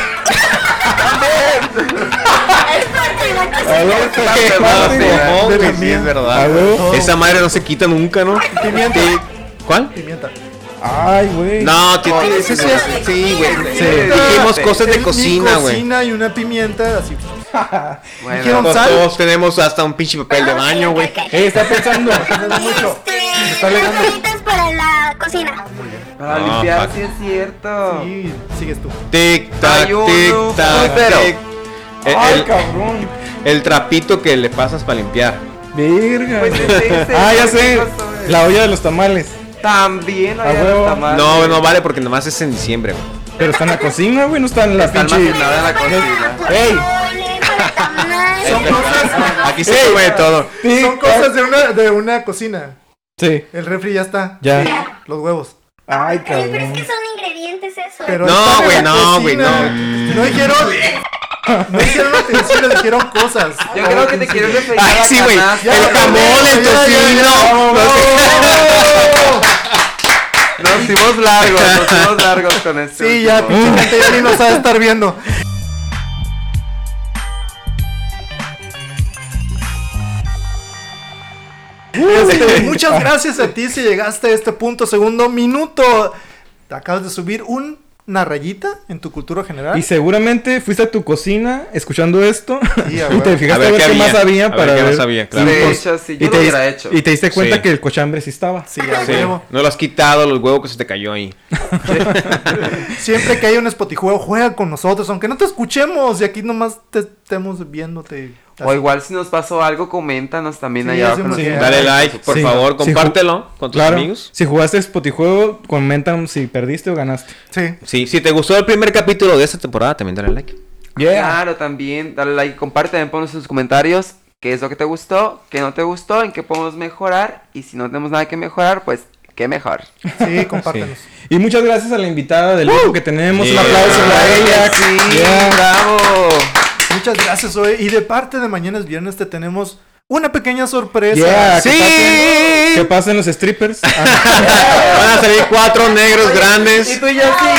Es verdad. Esa madre no se quita nunca, ¿no? Pimienta. ¿Cuál? Pimienta. Ay, güey. No, sí, güey. Dijimos cosas de cocina, güey. Cocina y una pimienta así. Bueno, Dijeron sal. Todos tenemos hasta un pinche papel de baño, güey. Está pensando. Está legalitas para la cocina. Para limpiar, sí es cierto. Sí, sigues tú. Tic tac, tic tac, tic. Ay, cabrón. El trapito que le pasas para limpiar. Verga. Pues ese, Ya sé. La olla de los tamales. También A huevo. No vale porque nomás es en diciembre, güey. Pero está en la cocina, güey. No está en la Está pinche. almacenada en la cocina. ¡Ey! Son cosas. Aquí se come de todo. Son cosas de una cocina. Sí. El refri ya está. Ya. Los huevos. Ay, Pero es cabrón. que son ingredientes eso. Pero No, está en güey, la no, güey, cocina. no. No dijeron utensilios, dijeron cosas. Yo creo que te quieres referir a Ay, la sí, güey. canasta. El jamón, el tocino. Nos fuimos largos con esto. Sí, ya, pinche gente ya ni nos sabe estar viendo. Muchas gracias a ti si llegaste a este punto, segundo minuto. Te acabas de subir una rayita en tu cultura general. Y seguramente fuiste a tu cocina escuchando esto Sí, y te fijaste A a ver ver qué qué más había. había A ver para qué ver. más había, claro. De hecho, sí, yo lo hubiera hecho. Y te diste cuenta Sí. que el cochambre sí estaba. Sí, a Sí, huevo. no lo has quitado los huevos que se te cayó ahí. Siempre que hay un spotijuego, juega con nosotros, aunque no te escuchemos y aquí nomás te estemos viéndote. O igual si nos pasó algo, coméntanos también Sí, allá abajo. hacemos- en los Sí. Dale like, por Sí. favor, Sí, compártelo con tus Claro. amigos. Si jugaste Spotijuego, comentan si perdiste o ganaste. Sí. Sí, si te gustó el primer capítulo de esta temporada, también dale like. Claro, también, dale like, comparte, también ponnos sus comentarios qué es lo que te gustó, qué no te gustó, en qué podemos mejorar, y si no tenemos nada que mejorar, pues qué mejor. Sí, compártenos. Y muchas gracias a la invitada del grupo que tenemos. Yeah. Un aplauso para ella. Sí, Yeah. bravo. Muchas gracias, hoy. Y de parte de Mañana es Viernes te tenemos una pequeña sorpresa. Yeah, ¡Sí! ¿Qué pasen los strippers? Van a salir 4 negros grandes. Y tú y yo sí.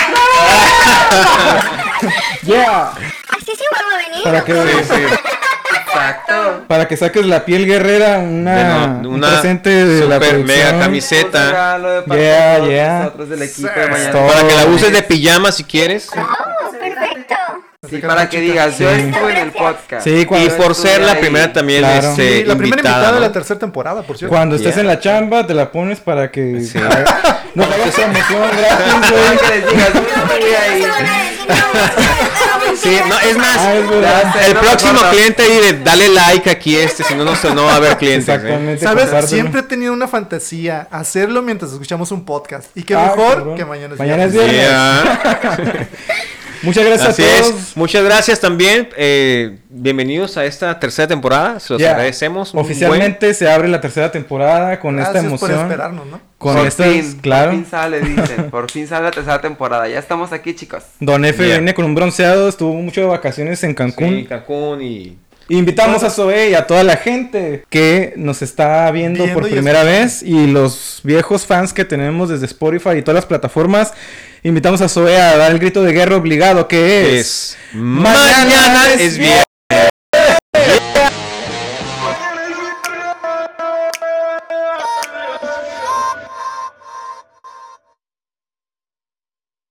Yeah. Así sí vuelvo a venir. Para que, Exacto. para que saques la piel guerrera, un presente de la super mega producción. camiseta. Un regalo de parte Yeah, de todos yeah. nosotros del equipo de mañana. Todo. Para que la uses de pijama si quieres. Oh, perfecto. Sí, para que digas, yo Sí. estuve en el podcast. Sí, Y cuando, por ser la primera también Claro. Sí, la primera invitada ¿no? de la tercera temporada, por cierto. cuando estés Yeah. en la chamba, te la pones para que Sí. no te hagas promoción gratis, Para güey. que les digas, yo estuve ahí. Sí, no, es más, Ah, es verdad. el No, próximo no, no. cliente ahí de dale like aquí si no, no va a haber clientes. Exactamente. ¿Sabes? compártelo. Siempre he tenido una fantasía hacerlo mientras escuchamos un podcast. Y qué Ah, mejor cabrón. que Mañana es Mañana es Viernes. viernes. Yeah. Muchas gracias Así a todos. es. Muchas gracias también. Bienvenidos a esta tercera temporada. Se los Ya. agradecemos. Un Oficialmente se abre la tercera temporada con esta Gracias por emoción. esperarnos, ¿no? Con Por estas, fin, claro. por fin sale, dicen. Por fin sale la tercera temporada. Ya estamos aquí, chicos. Don F Yeah. viene con un bronceado, estuvo mucho de vacaciones en Cancún. Sí, Cancún y... Invitamos a Zoe y a toda la gente que nos está viendo por y primera vez y los viejos fans que tenemos desde Spotify y todas las plataformas. Invitamos a Zoe a dar el grito de guerra obligado que es... Mañana es viernes.